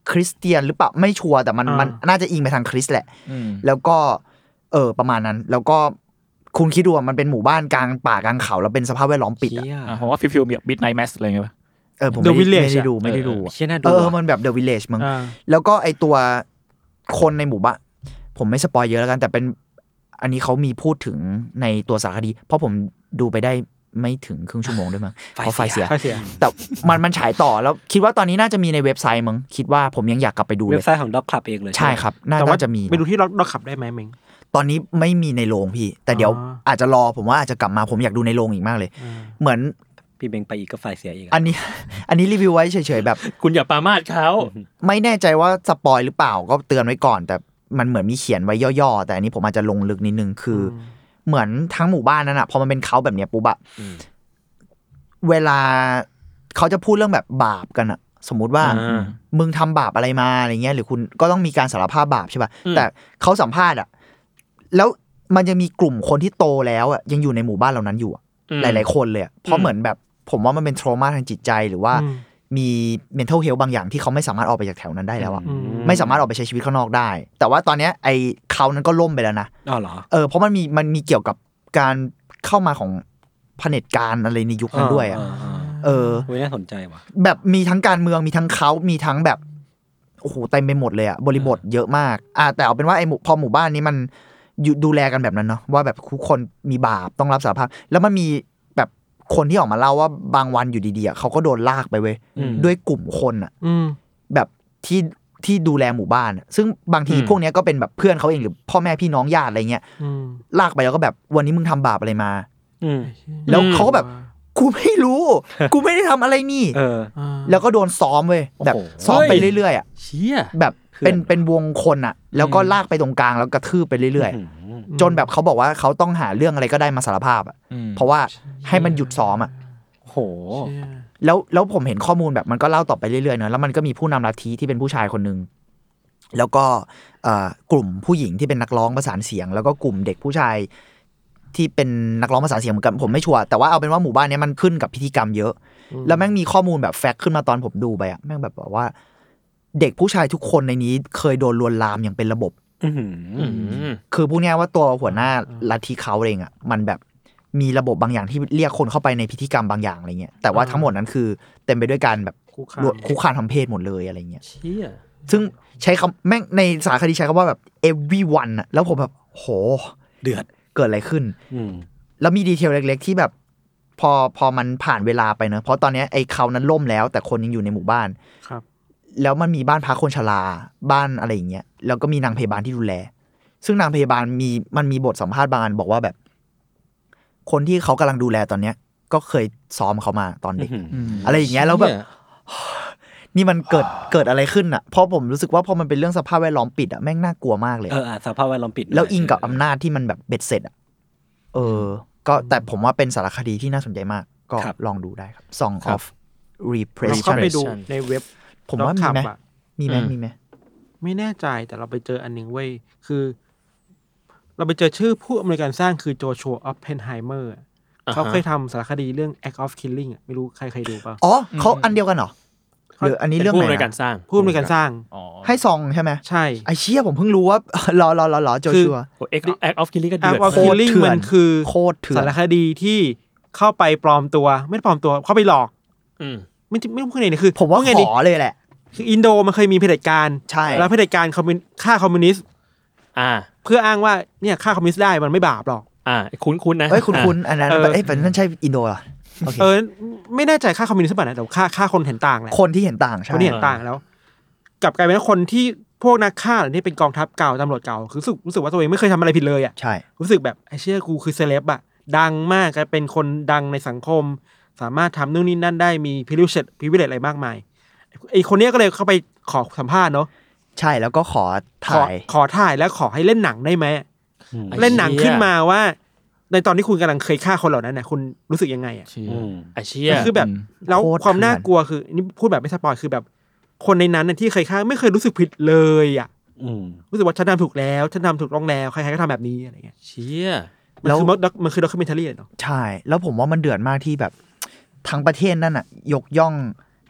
คริสเตียนหรือเปล่าไม่ชัวร์แต่มันน่าจะอิงไปทางคริสแหละแล้วก็ประมาณนั้นแล้วก็คุณคิดดูว่ามันเป็นหมู่บ้านกลางป่ากลางเขาแล้วเป็นสภาพแวดล้อมปิดผมว่าฟิลแบบ Midnight Mass อะไรเงี้ยผมไม่ได้ดูมันแบบ The Village มั้งแล้วก็ไอตัวคนในหมู่บ้านผมไม่สปอยเยอะแล้วกันแต่เป็นอันนี้เขามีพูดถึงในตัวสารคดีเพราะผมดูไปได้ไม่ถึงครึ่งชั่วโมงด้วยมั้งเพราะไฟเสียแต่มันฉายต่อแล้วคิดว่าตอนนี้น่าจะมีในเว็บไซต์มั้งคิดว่าผมยังอยากกลับไปดูเลยเว็บไซต์ของ Dog Club เองเลยใช่ครับน่าจะมีไปดูที่ Dog Club ได้ไหมเม้งตอนนี้ไม่มีในโรงพี่แต่เดี๋ยวอาจจะรอผมว่าอาจจะกลับมาผมอยากดูในโรงอีกมากเลยเหมือนพี่เบงไปอีกก็ไฟเสียอีกอันนี้รีวิวไว้เฉยๆแบบคุณอย่าปรามาสเขาไม่แน่ใจว่าสปอยหรือเปล่าก็เตือนไว้ก่อนแต่มันเหมือนมีเขียนไว้ย่อๆแต่อันนี้ผมอาจจะลงลึกนิดนึงคือเหมือนทั้งหมู่บ้านนั้นอ่ะพอมันเป็นเขาแบบเนี้ยปุ๊บอะเวลาเขาจะพูดเรื่องแบบบาปกันอะสมมุติว่ามึงทำบาปอะไรมาอะไรเงี้ยหรือคุณก็ต้องมีการสารภาพบาปใช่ป่ะแต่เขาสัมภาษณ์อะแล้วมันยังมีกลุ่มคนที่โตแล้วอะยังอยู่ในหมู่บ้านเหล่านั้นอยู่หลายๆคนเลยเพราะเหมือนแบบผมว่ามันเป็นทรมาทางจิตใจหรือว่ามี mental health บางอย่างที่เขาไม่สามารถออกไปจากแถวนั้นได้แล้วอะไม่สามารถออกไปใช้ชีวิตข้างนอกได้แต่ว่าตอนนี้ไอ้เขานั้นก็ล่มไปแล้วนะเหรอเพราะมันมีเกี่ยวกับการเข้ามาของเผด็จการอะไรในยุคนั้นด้วยน่าสนใจว่ะแบบมีทั้งการเมืองมีทั้งเขามีทั้งแบบโอ้โหเต็มไปหมดเลยอะบริบทเยอะมากแต่เอาเป็นว่าไอ้พอหมู่บ้านนี้มันดูแลกันแบบนั้นเนาะว่าแบบทุกคนมีบาปต้องรับสารภาพแล้วมันมีแบบคนที่ออกมาเล่าว่าบางวันอยู่ดีๆเขาก็โดนลากไปเว้ยด้วยกลุ่มคนอะแบบที่ดูแลหมู่บ้านซึ่งบางทีพวกนี้ก็เป็นแบบเพื่อนเขาเองหรือพ่อแม่พี่น้องญาติอะไรเงี้ยลากไปแล้วก็แบบวันนี้มึงทำบาปอะไรมาแล้วเขาก็แบบกูไม่รู้กูไม่ได้ทำอะไรนี่แล้วก็โดนซ้อมเว้ยแบบซ้อมไปเรื่อยๆอ่ะแบบเป็นวงคนอ่ะแล้วก็ลากไปตรงกลางแล้วกระทืบไปเรื่อยๆจนแบบเขาบอกว่าเขาต้องหาเรื่องอะไรก็ได้มาสารภาพอ่ะเพราะว่าให้มันหยุดซ้อมอ่ะโหแล้วผมเห็นข้อมูลแบบมันก็เล่าต่อไปเรื่อยๆเนอะแล้วมันก็มีผู้นำลัทธิที่เป็นผู้ชายคนนึงแล้วก็กลุ่มผู้หญิงที่เป็นนักร้องประสานเสียงแล้วก็กลุ่มเด็กผู้ชายที่เป็นนักร้องภาษาเสียงเหมือนกันผมไม่ชัวร์แต่ว่าเอาเป็นว่าหมู่บ้านนี้มันขึ้นกับพิธีกรรมเยอะแล้วแม่งมีข้อมูลแบบแฟกต์ขึ้นมาตอนผมดูไปอ่ะแม่งแบบบอกว่าเด็กผู้ชายทุกคนในนี้เคยโดนลวนลามอย่างเป็นระบบคือพูดง่ายว่าตัวหัวหน้าลัทธิเขาเองอ่ะมันแบบมีระบบบางอย่างที่เรียกคนเข้าไปในพิธีกรรมบางอย่างอะไรเงี้ยแต่ว่าทั้งหมดนั้นคือเต็มไปด้วยการแบบคุกคามทางเพศหมดเลยอะไรเงี้ยซึ่งใช้คำแม่งในสารคดีใช้คำว่าแบบ everyone อ่ะแล้วผมแบบโหเดือดเกิดอะไรขึ้นแล้วมีดีเทลเล็กๆที่แบบพอมันผ่านเวลาไปเนอะเพราะตอนนี้ไอ้เขานั้นล่มแล้วแต่คนยังอยู่ในหมู่บ้านครับแล้วมันมีบ้านพักคนชราบ้านอะไรอย่างเงี้ยแล้วก็มีนางพยาบาลที่ดูแลซึ่งนางพยาบาลมันมีบทสัมภาษณ์บางอันบอกว่าแบบคนที่เขากำลังดูแลตอนเนี้ยก็เคยซ้อมเขามาตอนเด็กอะไรอย่างเงี้ยแล้วแบบนี่มันเกิดอะไรขึ้นอ่ะเพราะผมรู้สึกว่าพอมันเป็นเรื่องสภาพแวดล้อมปิดอ่ะแม่งน่ากลัวมากเลยสภาพแวดล้อมปิดแล้วอิงกับอำนาจที่มันแบบเบ็ดเสร็จอ่ะก็แต่ผมว่าเป็นสารคดีที่น่าสนใจมากก็ลองดูได้ครับ Song of Repression เข้าไปดูในเว็บผมว่ามีไหมไม่แน่ใจแต่เราไปเจออันนึงเว้ยคือเราไปเจอชื่อผู้อำนวยการสร้างคือโจชัว ออปเพนไฮเมอร์เขาเคยทำสารคดีเรื่อง Act of Killing อ่ะไม่รู้ใครเคยดูป่ะเขาอันเดียวกันเหรอหรืออันนี้เรื่องไหนผู้อำนวยการสร้างให้ซองใช่ไหมใช่ไอเชี่ยผมเพิ่งรู้ว่ารอโจชัว Act of Killing ก็เดือด Act of Killing มันคือโคตรเถื่อนสารคดีที่เข้าไปปลอมตัวไม่ปลอมตัวเข้าไปหลอกไม่รู้พูดไงเนี่ยคือผมว่าขอเลยแหละคืออินโดมันเคยมีเผด็จการใช่แล้วเผด็จการฆ่าคอมมิวนิสต์เพื่ออ้างว่าเนี่ยฆ่าคอมมิวนิสต์ได้มันไม่บาปหรอกคุ้นนะคุ้นอันนั้นนั่นใช่อินโดอ่ะไม่แน่ใจฆ่าคอมมิวนิสต์ป่ะนะแต่ฆ่าคนเห็นต่างแหละคนที่เห็นต่างใช่คนที่เห็นต่างแล้วกลับกลายเป็นคนที่พวกนักฆ่าหรือที่เป็นกองทัพเก่าตำรวจเก่ารู้สึกว่าตัวเองไม่เคยทำอะไรผิดเลยอ่ะใช่รู้สึกแบบไอ้เชี่ยกูคือเซเลบอ่ะดังมากกลายเป็นคนดังในสังคมสามารถทำนู่นนี่นั่นได้มีพิเศษอะไรมากมายไอ้คนนี้ก็เลยเข้าไปขอสัมภาษณ์เนาะใช่แล้วก็ขอถ่ายแล้วขอให้เล่นหนังได้ไหมเล่นหนังขึ้นมาว่าในตอนที่คุณกำลังเคยฆ่าคนเหล่านั้นเนี่ยคุณรู้สึกยังไงอ่ะคือแบบแล้วความน่ากลัวคือนี่พูดแบบไม่สปอยคือแบบคนในนั้นที่เคยฆ่าไม่เคยรู้สึกผิดเลยอ่ะรู้สึกว่าฉันทำถูกแล้วฉันทำถูกต้องแล้วใครๆก็ทำแบบนี้อะไรเงี้ยแล้วมันคือด็อกคิวเมนทารี่เนาะใช่แล้วผมว่ามันเดือดมากที่แบบทั้งประเทศนั่นอ่ะยกย่อง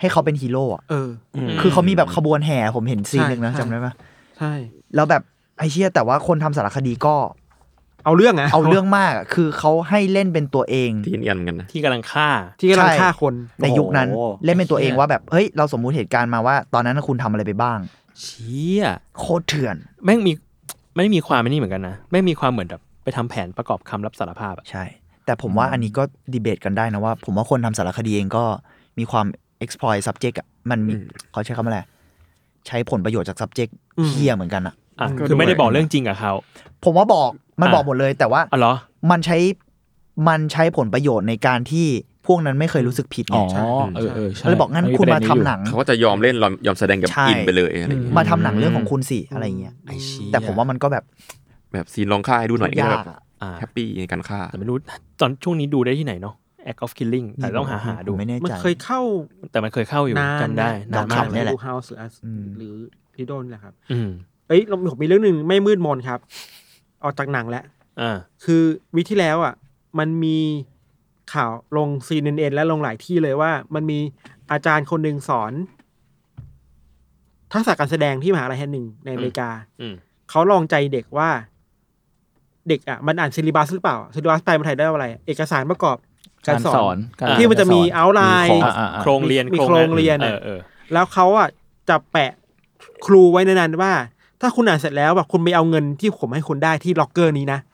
ให้เขาเป็นฮีโร่อ่ะคือเขามีแบบขบวนแห่ผมเห็นซีนนึงนะจำได้ปะใช่แล้วแบบไอ้เชี่ยแต่ว่าคนทำสารคดีก็เอาเรื่องอะเอาเรื่องมากคือเขาให้เล่นเป็นตัวเองที่เนียนกันนะที่กำลังฆ่าคนในยุคนั้นเล่นเป็นตัวเองว่าแบบเฮ้ยเราสมมุติเหตุการณ์มาว่าตอนนั้นคุณทำอะไรไปบ้างเชี่ยโคตรเถื่อนแม่งไม่มีความนี่เหมือนกันนะไม่มีความเหมือนแบบไปทำแผนประกอบคำรับสารภาพใช่แต่ผมว่าอันนี้ก็ดีเบตกันได้นะว่าผมว่าคนทำสารคดีเองก็มีความ exploit subject อ่ะมันมีเขาใช้คำว่าอะไรใช้ผลประโยชน์จาก subject เหี้ยเหมือนกันอ่ะคือไม่ได้บอกเรื่องจริงกับเขาผมว่ามันบอกหมดเลยแต่ว่าอ๋อเหรอมันใช้ผลประโยชน์ในการที่พวกนั้นไม่เคยรู้สึกผิดไงใช่เลยบอกงั้นคุณมาทำหนังเขาก็จะยอมเล่นยอมแสดงกับอินไปเลยอะไรอย่างเงี้ยมาทำหนังเรื่องของคุณสิอะไรเงี้ยแต่ผมว่ามันก็แบบซีนลองฆ่าให้ดูหน่อยก็แบบแฮปปี้ในการฆ่าแต่ไม่รู้ตอนช่วงนี้ดูได้ที่ไหนเนาะ Act of Killing แต่ต้องหาดูไม่แน่ใจมันเคยเข้าแต่มันเคยเข้าอยู่จำได้นานมากนี่แหละ House หรือพี่โดนแหละครับผมมีเรื่องนึงไม่มืดมนครับออกจากหนังแล้วคือวิที่แล้วอ่ะมันมีข่าวลง CNN และลงหลายที่เลยว่ามันมีอาจารย์คนนึงสอนทักษะการแสดงที่มหาลัยแห่งหนึ่งในอเมริกาเขาลองใจเด็กว่าเด็กอ่ะมันอ่านซิลิบัสหรือเปล่าซิลิบัสแปลเป็นไทยได้ว่าอะไรเอกสารประกอบการสอนที่มันจะมีเอาท์ไลน์โครงเรียนแล้วเขาอ่ะจะแปะครูไว้ในนั้นว่าถ้าคุณอ่านเสร็จแล้วแบบคุณไปเอาเงินที่ผมให้คุณได้ที่ล็อกเกอร์นี้นะ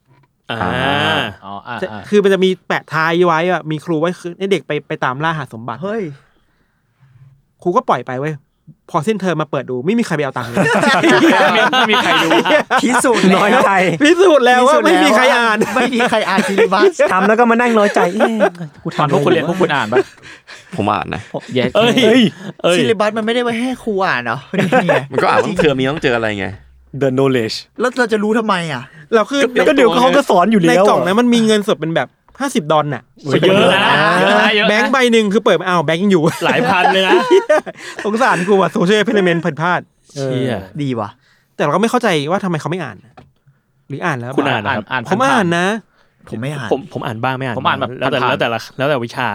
คือมันจะมีแปะท้ายไว้อ่ะมีครูไว้คือให้เด็กไปตามล่าหาสมบัติเฮ้ยครูก็ปล่อยไปเว้ยพอสิ้นเทอมมาเปิดดูไม่มีใครไปเอาตังค์เลยไม่มีใครดูพิสูจน์น้อยใจพิสูจน์แล้วว่าไม่มีใครอ่านซิลิบัสทำแล้วก็มานั่งน้อยใจกูทำพวกคุณเรียนพวกคุณอ่านปะผมอ่านนะซิลิบัสมันไม่ได้ไว้ให้ครูอ่านเหรอมันก็อ่านทุกเทอมมีต้องเจออะไรไง The knowledge แล้วเราจะรู้ทำไมอ่ะเราคือก็เดี๋ยวเขาก็สอนอยู่แล้วในกล่องนั้นมันมีเงินสดเป็นแบบ$50น่ะเยอะนะแบงค์ใบนึงคือเปิดมาแบงค์ยังอยู่หลายพันเลยนะสงสารกูว่ะโซเชียลเอลิเมนต์ผิดพลาดดีว่ะแต่เราก็ไม่เข้าใจว่าทำไมเขาไม่อ่านหรืออ่านแล้วคุณอ่านผมอ่านนะผมไม่อ่านผมอ่านบ้างไม่อ่านผมอ่านแบบแล้วแต่วิชา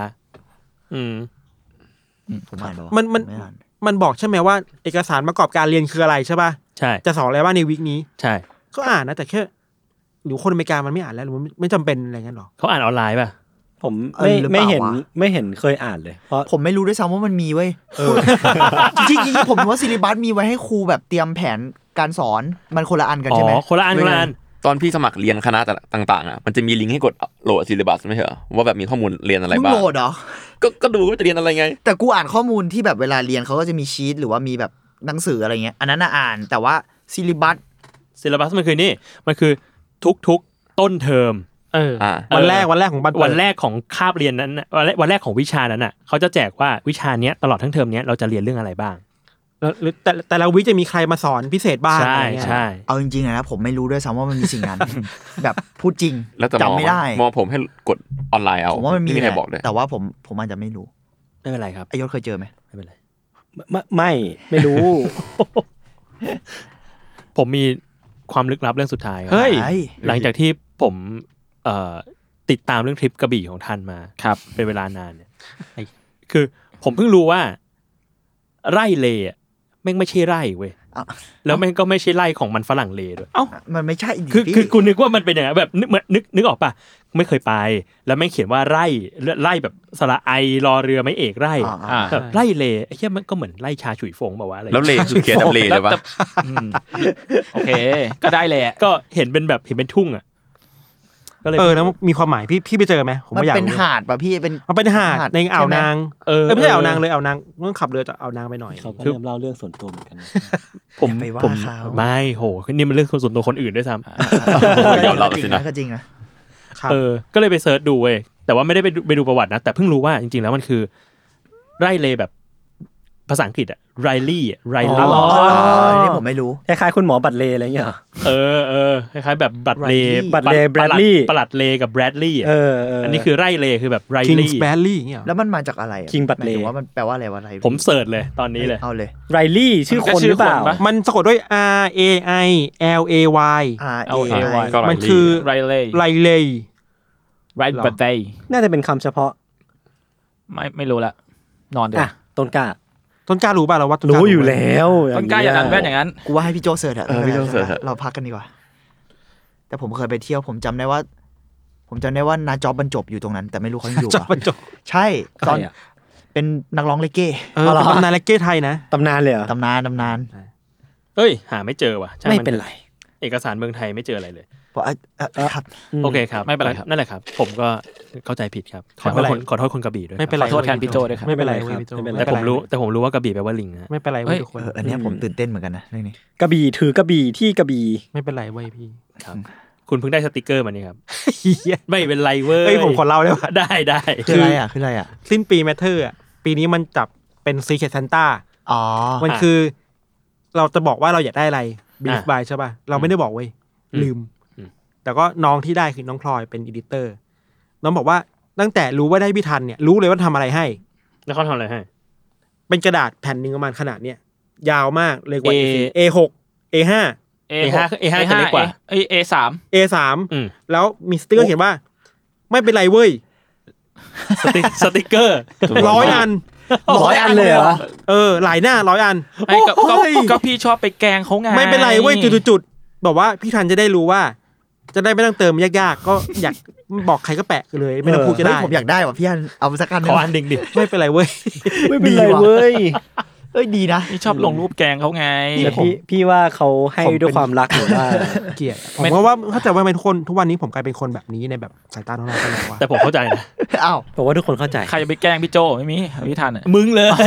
ผมอ่านมันบอกใช่ไหมว่าเอกสารประกอบการเรียนคืออะไรใช่ป่ะใช่จะสอนอะไรบ้างในวิกนี้ใช่ก็อ่านนะแต่แค่หรือคนอเมริกามันไม่อ่านแล้วหรือไม่จำเป็นอะไรเงี้ยหรอเขาอ่านออนไลน์ป่ะผมไม่เห็นเคยอ่านเลยเพราะผมไม่รู้ด้วยซ้ำว่ามันมีเว้ยจริงๆผมว่าซิลิบัสมีไว้ให้ครูแบบเตรียมแผนการสอนมันคนละอันกันใช่ไหมคนละอันตอนพี่สมัครเรียนคณะต่างๆอ่ะมันจะมีลิงก์ให้กดโหลดซิลิบัสไม่ใช่เหรอว่าแบบมีข้อมูลเรียนอะไรบ้างโหลดเหรอก็ดูว่าจะเรียนอะไรไงแต่กูอ่านข้อมูลที่แบบเวลาเรียนเขาก็จะมีชีทหรือว่ามีแบบหนังสืออะไรเงี้ยอันนั้นอ่านแต่ว่าซิลิบัสมันคือนี่มันคือทุกต้นเทอมวันแรกของวันแรกของคาบเรียนนั้นวันแรกของวิชานั้นน่ะเขาจะแจกว่าวิชาเนี้ยตลอดทั้งเทอมเนี้ยเราจะเรียนเรื่องอะไรบ้างหรือแต่ละวิจะมีใครมาสอนพิเศษบ้างใช่เอาจริงๆนะผมไม่รู้ด้วยซ้ำว่ามันมีสิ่งนั้นแบบพูดจริงจำไม่ได้มอผมให้กดออนไลน์เอาผมว่ามันมีใครบอกเลยแต่ว่าผมอาจจะไม่รู้ไม่เป็นไรครับไอยศเคยเจอไหมไม่เป็นไรไม่รู้ผมมีความลึกลับเรื่องสุดท้ายเฮ้ยหลังจากที่ผมติดตามเรื่องทริปกระบี่ของท่านมาครับเป็นเวลานานเนี่ยคือผมเพิ่งรู้ว่าไร่เลแม่งไม่ใช่ไร่เว้ยแล้วแม่งก็ไม่ใช่ไร่ของมันฝรั่งเลด้วยมันไม่ใช่คือกูนึกว่ามันเป็นอย่างนั้นแบบนึกออกป่ะไม่เคยไปแล้วแม่งเขียนว่าไร่แบบสระไอรอเรือไม่เอกไร่แบบไร่เลไอ้เหี้ยมันก็เหมือนไร่ชาฉุยฟงแบบว่าอะไรแล้วเลคือเขียนแบบเลเลยป่ะโอเคก็ได้แหละก็เห็นเป็นทุ่งอ่ะก็เลยแล้วมีความหมายพี่ไปเจอไหมผมไม่อยากเป็นหาดป่ะพี่มันเป็นหาดในอ่าวนางไม่ใช่อ่าวนางเลยอ่าวนางต้องขับเรือจากอ่าวนางไปหน่อยเขาก็เริ่มเล่าเรื่องส่วนตัวเหมือนกันผมไม่โหนี่มันเรื่องส่วนตัวคนอื่นด้วยซ้ำยอมรับสินะก็จริงนะก็เลยไปเสิร์ชดูเว้ยแต่ว่าไม่ได้ไปดูประวัตินะแต่เพิ่งรู้ว่าจริงๆแล้วมันคือไร่เลแบบภาษาอังกฤษอะไรลี่นี่ผมไม่รู้คล้ายๆคุณหมอบัตรเลอะไรเงี้ยคล้ายๆแบบบัตรเลแบรดลี่ประหลัดเลกับแบรดลี่อันนี้คือไร่เลคือแบบไรลี่ King's Barley เงี้ยแล้วมันมาจากอะไรคิงบัตรเลว่ามันแปลว่าอะไรวะไรผมเสิร์ชเลยตอนนี้เลยเอาเลยไรลี่ชื่อคนหรือเปล่ามันสะกดด้วย R A I L A Y มันคือไรเล่ไรบัตเต้น่าจะเป็นคำเฉพาะไม่รู้ละนอนเดี๋ยวต้นกล้ารู้ป่ะเราว่ารู้อยู่แล้วต้นกล้าอย่างนั้นแว่นอย่างนั้นกูว่าให้พี่โจเสิร์ชอะพี่โจเสิร์ชเราพักกันดีกว่าแต่ผมเคยไปเที่ยวผมจำได้ว่านาจ็อบบรรจบอยู่ตรงนั้นแต่ไม่รู้เขายังอยู่ป่ะใช่ตอนเป็นนักร้องเลเก้เป็นตำนานเลเก้ไทยนะตำนานเลยเหรอตำนานเอ้ยหาไม่เจอว่ะไม่เป็นไรเอกสารเมืองไทยไม่เจออะไรเลยครับโอเคครับไม่เป็นไรครับนั่นแหละครับผมก็เข้าใจผิดครับขอโทษคนกระบี่ด้วยไม่เป็นไรขอโทษแทนพี่โจด้วยครับไม่เป็นไรครับแต่ผมรู้ว่ากระบี่แปลว่าลิงนะไม่เป็นไรทุกคนอันนี้ผมตื่นเต้นเหมือนกันนะเรื่องนี้กระบี่ถือกระบี่ที่กระบี่ไม่เป็นไรเว้ยพี่ครับคุณเพิ่งได้สติกเกอร์มานี่ครับไม่เป็นไรเว้ยผมขอเล่าได้ป่ะได้คืออะไรอ่ะสิ้นปีแมทเทอร์อ่ะปีนี้มันจับเป็นซีเคทซันต้ามันคือเราจะบอกว่าเราอยากได้อะไรบีฟบายใช่ป่ะเราไม่ได้บอกเว้ยลืมแต่ก็น้องที่ได้คือน้องพลอยเป็นอีดิเตอร์น้องบอกว่าตั้งแต่รู้ว่าได้พี่ทันเนี่ยรู้เลยว่าทำอะไรให้แล้วเขาทำอะไรให้เป็นกระดาษแผ่นนึงประมาณขนาดเนี้ยยาวมากเลยกว่า A6 A5 A5 จะเล็กกว่า A3 แล้วมีสติ๊กเกอร์เขียนว่าไม่เป็นไรเว้ยสติ๊กเกอร์ 100 อัน 100 อันเลยเหรอหลายหน้า100 อันก็พี่ชอบไปแกล้งเขาไงไม่เป็นไรเว้ยจุดๆบอกว่าพี่ทันจะได้รู้ว่าจะได้ไม่ต้องเติมยากๆก็อยากบอกใครก็แปะเลยไม่ต้องพูดก็ได้ผมอยากได้ว่ะพี่อันเอาสักอันขออันดึงดิไม่เป็นไรเว้ยไม่เป็นไรเว้ยดีนะพี่ชอบลงรูปแกงเขาไงพี่ว่าเขาให้ด้วยความรักหรือว่าเกลียดเพราะว่าเข้าใจว่าเป็นคนทุกวันนี้ผมกลายเป็นคนแบบนี้ในแบบสายตาของเราไปแล้วแต่ผมเข้าใจนะอ้าวผมว่าทุกคนเข้าใจใครจะไปแกล้งพี่โจไม่มีพี่ทันมึงเลย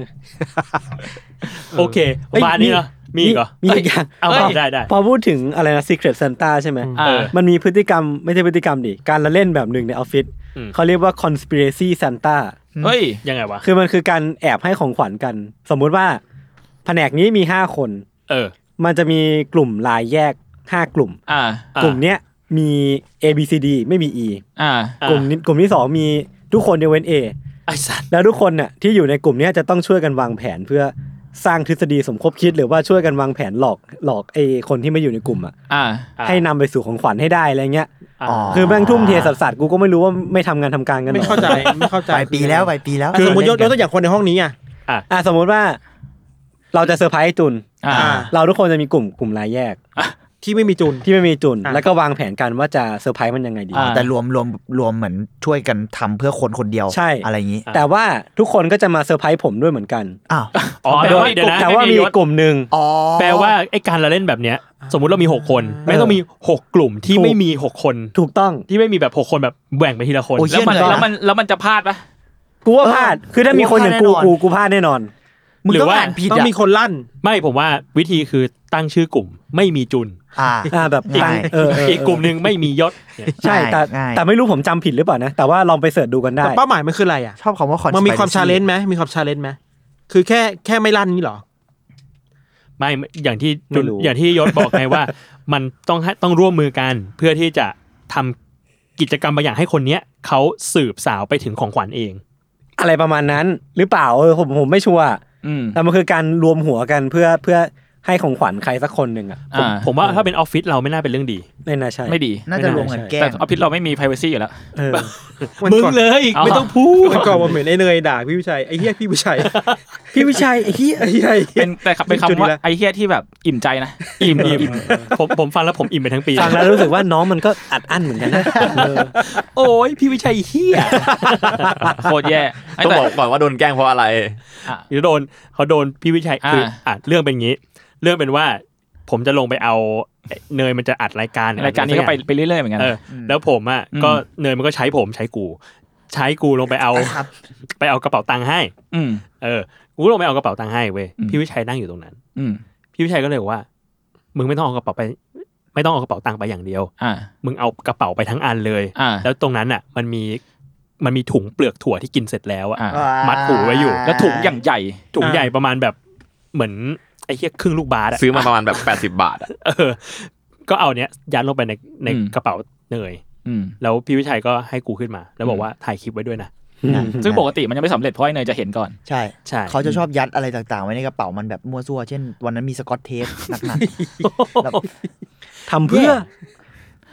โอเคมานี่เนาะมีอีกเหรอมีอีกอย่างเอาได้พอพูดถึงอะไรนะ Secret Santa ใช่ไหมมันมีพฤติกรรมไม่ใช่พฤติกรรมดิการละเล่นแบบหนึ่งในออฟฟิศเขาเรียกว่า Conspiracy Santa เฮ้ยยังไงวะคือมันคือการแอบให้ของขวัญกันสมมุติว่าแผนกนี้มี5 คนมันจะมีกลุ่มรายแยก5 กลุ่มกลุ่มเนี้ยมี A B C D ไม่มี E กลุ่มที่2มีทุกคนยกเว้น A แล้วทุกคนน่ะที่อยู่ในกลุ่มนี้จะต้องช่วยกันวางแผนเพื่อสร้างทฤษฎีสมคบคิดหรือว่าช่วยกันวางแผนหลอกไอ้คนที่ไม่อยู่ในกลุ่มให้นำไปสู่ของขวัญให้ได้อะไรเงี้ยคือแม่งทุ่มเทสัสๆกูก็ไม่รู้ว่าไม่ทำงานทำการกันไม่เข้าใจไปปีแล้วคือสมมติยกตัวอย่างคนในห้องนี้สมมติว่าเราจะเซอร์ไพรส์จุนเราทุกคนจะมีกลุ่มรายแยกที่ไม่มีจุนแล้วก็วางแผนกันว่าจะเซอร์ไพรส์มันยังไงดีแต่รวมเหมือนช่วยกันทำเพื่อคนเดียวอะไรอย่างนี้แต่ว่าทุกคนก็จะมาเซอร์ไพรส์ผมด้วยเหมือนกันแต่ว่ามีกลุ่มนึงแปลว่าไอ้การละเล่นแบบเนี้ยสมมุติเรามี6 คนไม่ต้องมี6 กลุ่มที่ไม่มี6 คนถูกต้องที่ไม่มีแบบ6 คนแบบแบ่งไปทีละคนแล้วมันจะพลาดปะกูว่าพลาดคือถ้ามีคนอย่างกูพลาดแน่นอนหรือว่าต้องมีคนลั่นไม่ผมว่าวิธีคือตั้งชื่อกลุ่มไม่มีจุนแบบอีกกลุ่มนึงไม่มียศใช่แต่ไม่รู้ผมจำผิดหรือเปล่านะแต่ว่าลองไปเสิร์ชดูกันได้เป้าหมายมันคืออะไรชอบคำว่ามันมีความชาเลนจ์ไหมมีความชาเลนจ์ไหมคือแค่ไม่ลั่นนี่หรอไม่อย่างที่ยศบอกไงว่ามันต้องร่วมมือกันเพื่อที่จะทำกิจกรรมบางอย่างให้คนเนี้ยเขาสืบสาวไปถึงของขวัญเองอะไรประมาณนั้นหรือเปล่าผมไม่ชัวร์แต่มันคือการรวมหัวกันเพื่อให้ของขวัญใครสักคนหนึ่งผมว่าถ้าเป็นออฟฟิศเราไม่น่าเป็นเรื่องดีไม่น่าใช่ไม่ดีน่าจะรวมกันแก้แต่ออฟฟิศเราไม่มี privacy อยู่แล้วมึงเลยไม่ต้องพูดมันก่อนมันเหมือนไอ้เนยด่าพี่วิชัยไอ้เหี้ยพี่วิชัยไอ้เหี้ยเป็นคำว่าไอ้เหี้ยที่แบบอิ่มใจนะอิ่มผมฟังแล้วผมอิ่มไปทั้งปีฟังแล้วรู้สึกว่าน้องมันก็อัดอั้นเหมือนกันนะโอ้ยพี่วิชัยเหี้ยโคตรแย่ต้องบอกก่อนว่าโดนแกล้งเพราะอะไรเขาโดนพี่วิชัยคือเรื่องเป็นงี้เรื่องเป็นว่าผมจะลงไปเอาเนยมันจะอัดรายการนี้ก็ไปเรื่อยๆเหมือนกันแล้วผมก็เนยมันก็ใช้กูลงไปเอากระเป๋าตังค์ให้กูลงไปเอากระเป๋าตังค์ให้เว้ยพี่วิชัยนั่งอยู่ตรงนั้นพี่วิชัยก็เลยบอกว่ามึงไม่ต้องเอากระเป๋าไปไม่ต้องเอากระเป๋าตังค์ไปอย่างเดียวมึงเอากระเป๋าไปทั้งอันเลยแล้วตรงนั้นมันมีถุงเปลือกถั่วที่กินเสร็จแล้วมัดหูไว้อยู่แล้วถุงอย่างใหญ่ประมาณแบบเหมือนไอ้เหี้ยครึ่งลูกบาสซื้อมาประมาณแบบ80 บาทก็เอาเนี้ยยัดลงไปในกระเป๋าเนยแล้วพี่วิชัยก็ให้กูขึ้นมาแล้วบอกว่าถ่ายคลิปไว้ด้วยนะซึ่งปกติมันยังไม่สำเร็จเพราะไอ้เนยจะเห็นก่อนใช่เขาจะชอบยัดอะไรต่างๆไว้ในกระเป๋ามันแบบมั่วซั่วเช่นวันนั้นมีสกอตเทปหนักๆทำเพื่อ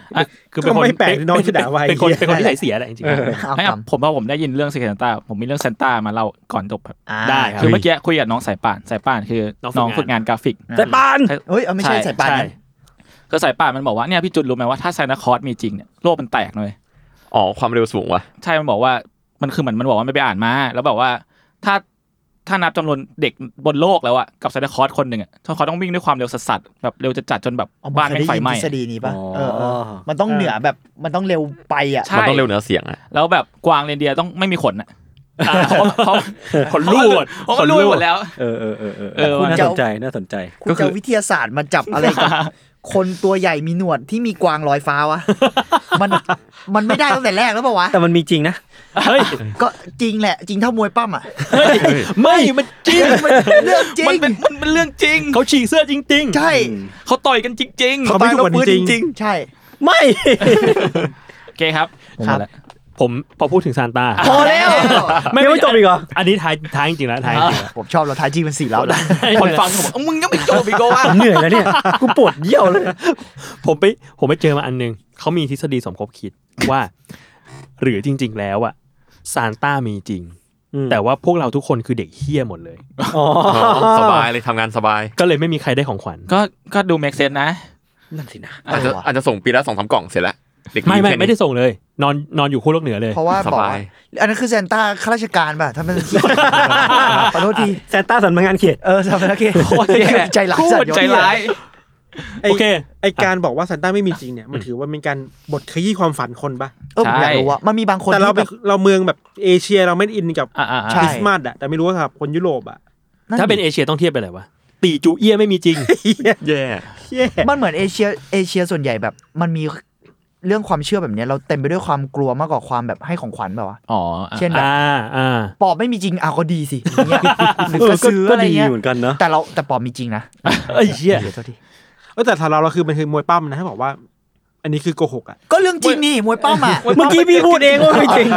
คือเป็นคนไม่แปลกน้องจะด่าว่าเป็นคนที่ไหนเสียแหละจริงๆผมได้ยินเรื่อง Secret Santa ผมมีเรื่อง Santa มาเล่าก่อนจบได้ครับคือเมื่อกี้คุยกับน้องสายป่านคือน้องฝึกงานกราฟิกสายป่านเฮ้ยไม่ใช่สายป่านก็สายป่านมันบอกว่าเนี่ยพี่จุดรู้ไหมว่าถ้าซานตาคลอสมีจริงเนี่ยโลกมันแตกเลยอ๋อความเร็วสูงวะใช่มันบอกว่ามันคือเหมือนมันบอกว่ามันไปอ่านมาแล้วบอกว่าถ้านับจำนวนเด็กบนโลกแล้วอะกับซานตาคลอสคนหนึ่งอะเขาต้องวิ่งด้วยความเร็วสัสๆแบบเร็วจัดจนแบบบ้านไม่ไฟไหม้ทฤษฎีนี้ป่ะมันต้องเหนือแบบมันต้องเร็วไปอ่ะมันต้องเร็วเหนือเสียงอะแล้วแบบกวางเรนเดียร์ต้องไม่มีขนอะเขาคนรูดคนรูดหมดแล้วน่าสนใจคุณจะวิทยาศาสตร์มาจับอะไรกันคนตัวใหญ่มีหนวดที่มีกวางลอยฟ้าวะมันไม่ได้ตั้งแต่แรกแล้วป่าวะแต่มันมีจริงนะเฮ้ยก็จริงแหละจริงเท่ามวยปั้มอ่ะไม่มันจริงมันเรื่องจริงมันเป็นเรื่องจริงเขาฉีกเสื้อจริงๆใช่เขาต่อยกันจริงๆเขาไม่ถูกจริงใช่ไม่โอเคครับผมพอพูดถึงซานต้าพอแล้วไม่จบอีกเหรออันนี้ท้ายจริงๆแล้วท้ายจริงผมชอบเราท้ายจริงเป็น4แล้วนะคนฟังผมมึงยังไม่จบอีกว่าเหนื่อยแล้วเนี่ยกูปวดเยี่ยวเลยผมไปเจอมาอันนึงเขามีทฤษฎีสมคบคิดว่าหรือจริงๆแล้วอะซานต้ามีจริงแต่ว่าพวกเราทุกคนคือเด็กเหี้ยหมดเลยสบายเลยทำงานสบายก็เลยไม่มีใครได้ของขวัญก็ดูเมคเซนนะนั่นสินะอาจจะส่งปีละ 2-3 กล่องเสร็จแล้วไม่ได้ส่งเลยนอนอยู่คู่โลกเหนือเลยเพราะว่าบอกอันนั้นคือซานต้าข้าราชการป่ะถ้ามันขอโทษทีซานต้าสำนักงานเขตสำนักงานเขตใจร้ายใจร้ายโอเคไอการบอกว่าซานต้าไม่มีจริงเนี่ยมันถือว่าเป็นการบทขยี้ความฝันคนป่ะผมอยากรู้ว่ามันมีบางคนแต่เราเมืองแบบเอเชียเราไม่อินกับคริสต์มาสอ่ะแต่ไม่รู้ว่าครับคนยุโรปอ่ะถ้าเป็นเอเชียต้องเทียบไปอะไรวะตีจูเอี้ยไม่มีจริงแย่มันเหมือนเอเชียส่วนใหญ่แบบมันมีเรื่องความเชื่อแบบนี้เราเต็มไปด้วยความกลัวมากกว่าความแบบให้ของขวัญแบบว่าเช่นแบบปอบไม่มีจริงก็ดีสิเนี่ยหรือกระสืออะไรเงี้ยแต่ปอบมีจริงนะไอ้เหี้ยแต่ถ้าเราคือมันคือมวยปั้มนะถ้าบอกว่าอันนี้คือโกหกอ่ะก็เรื่องจริงนี่มวยปั้มอ่ะเมื่อกี้พี่พูดเองว่าไม่จริง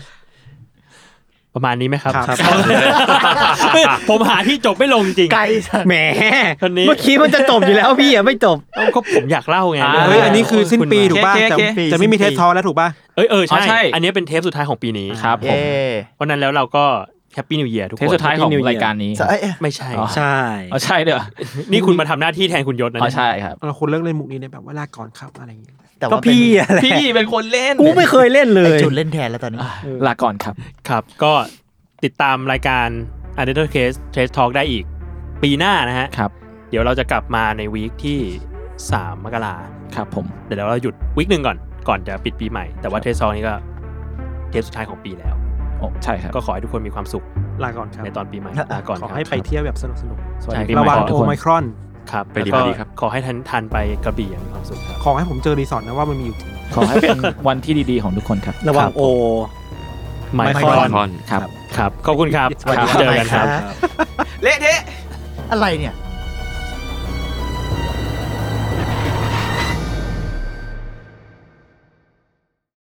ประมาณนี้ไหมครับผมหาที่จบไม่ลงจริงไกลแหมเมื่อกี้มันจะจบอยู่แล้วพี่อ่ะไม่จบก็ผมอยากเล่าไงอันนี้คือสิ้นปีถูกป่ะจะไม่มีเทปทอแล้วถูกป่ะใช่อันนี้เป็นเทปสุดท้ายของปีนี้ครับผมเพราะนั้นแล้วเราก็แฮปปี้นิวเยียร์ทุกคนเทปสุดท้ายของรายการนี้ไม่ใช่ใช่ใช่เด้อนี่คุณมาทำหน้าที่แทนคุณยศนะใช่ครับเราคุณเลิกเล่นมุกนี้เนี่ยแบบว่าลาก่อนครับอะไรอย่างเงี้ยก็พี่เป็นคนเล่นกูไม่เคยเล่นเลยจุดเล่นแทนแล้วตอนนี้ลาก่อนครับก็ติดตามรายการ Untitled Case Trace Talk ได้อีกปีหน้านะฮะครับเดี๋ยวเราจะกลับมาในวีคที่3 มกราคมครับผมเดี๋ยวเราหยุดวีคนึงก่อนจะปิดปีใหม่แต่ว่า Trace Talk นี้ก็เทปสุดท้ายของปีแล้วใช่ครับก็ขอให้ทุกคนมีความสุขลาก่อนครับในตอนปีใหม่ลาก่อนขอให้ไปเที่ยวแบบสนุกๆระวังโอไมครอนครับไปดีครับขอให้ทันไปกระบี่อย่างมีความสุขครับขอให้ผมเจอรีสอร์ทนะว่ามันมีอยู่ขอให้เป็นวันที่ดีๆของทุกคนครับระวังโอไมครอนครับขอบคุณครับเจอกันครับเละเทะอะไรเนี่ย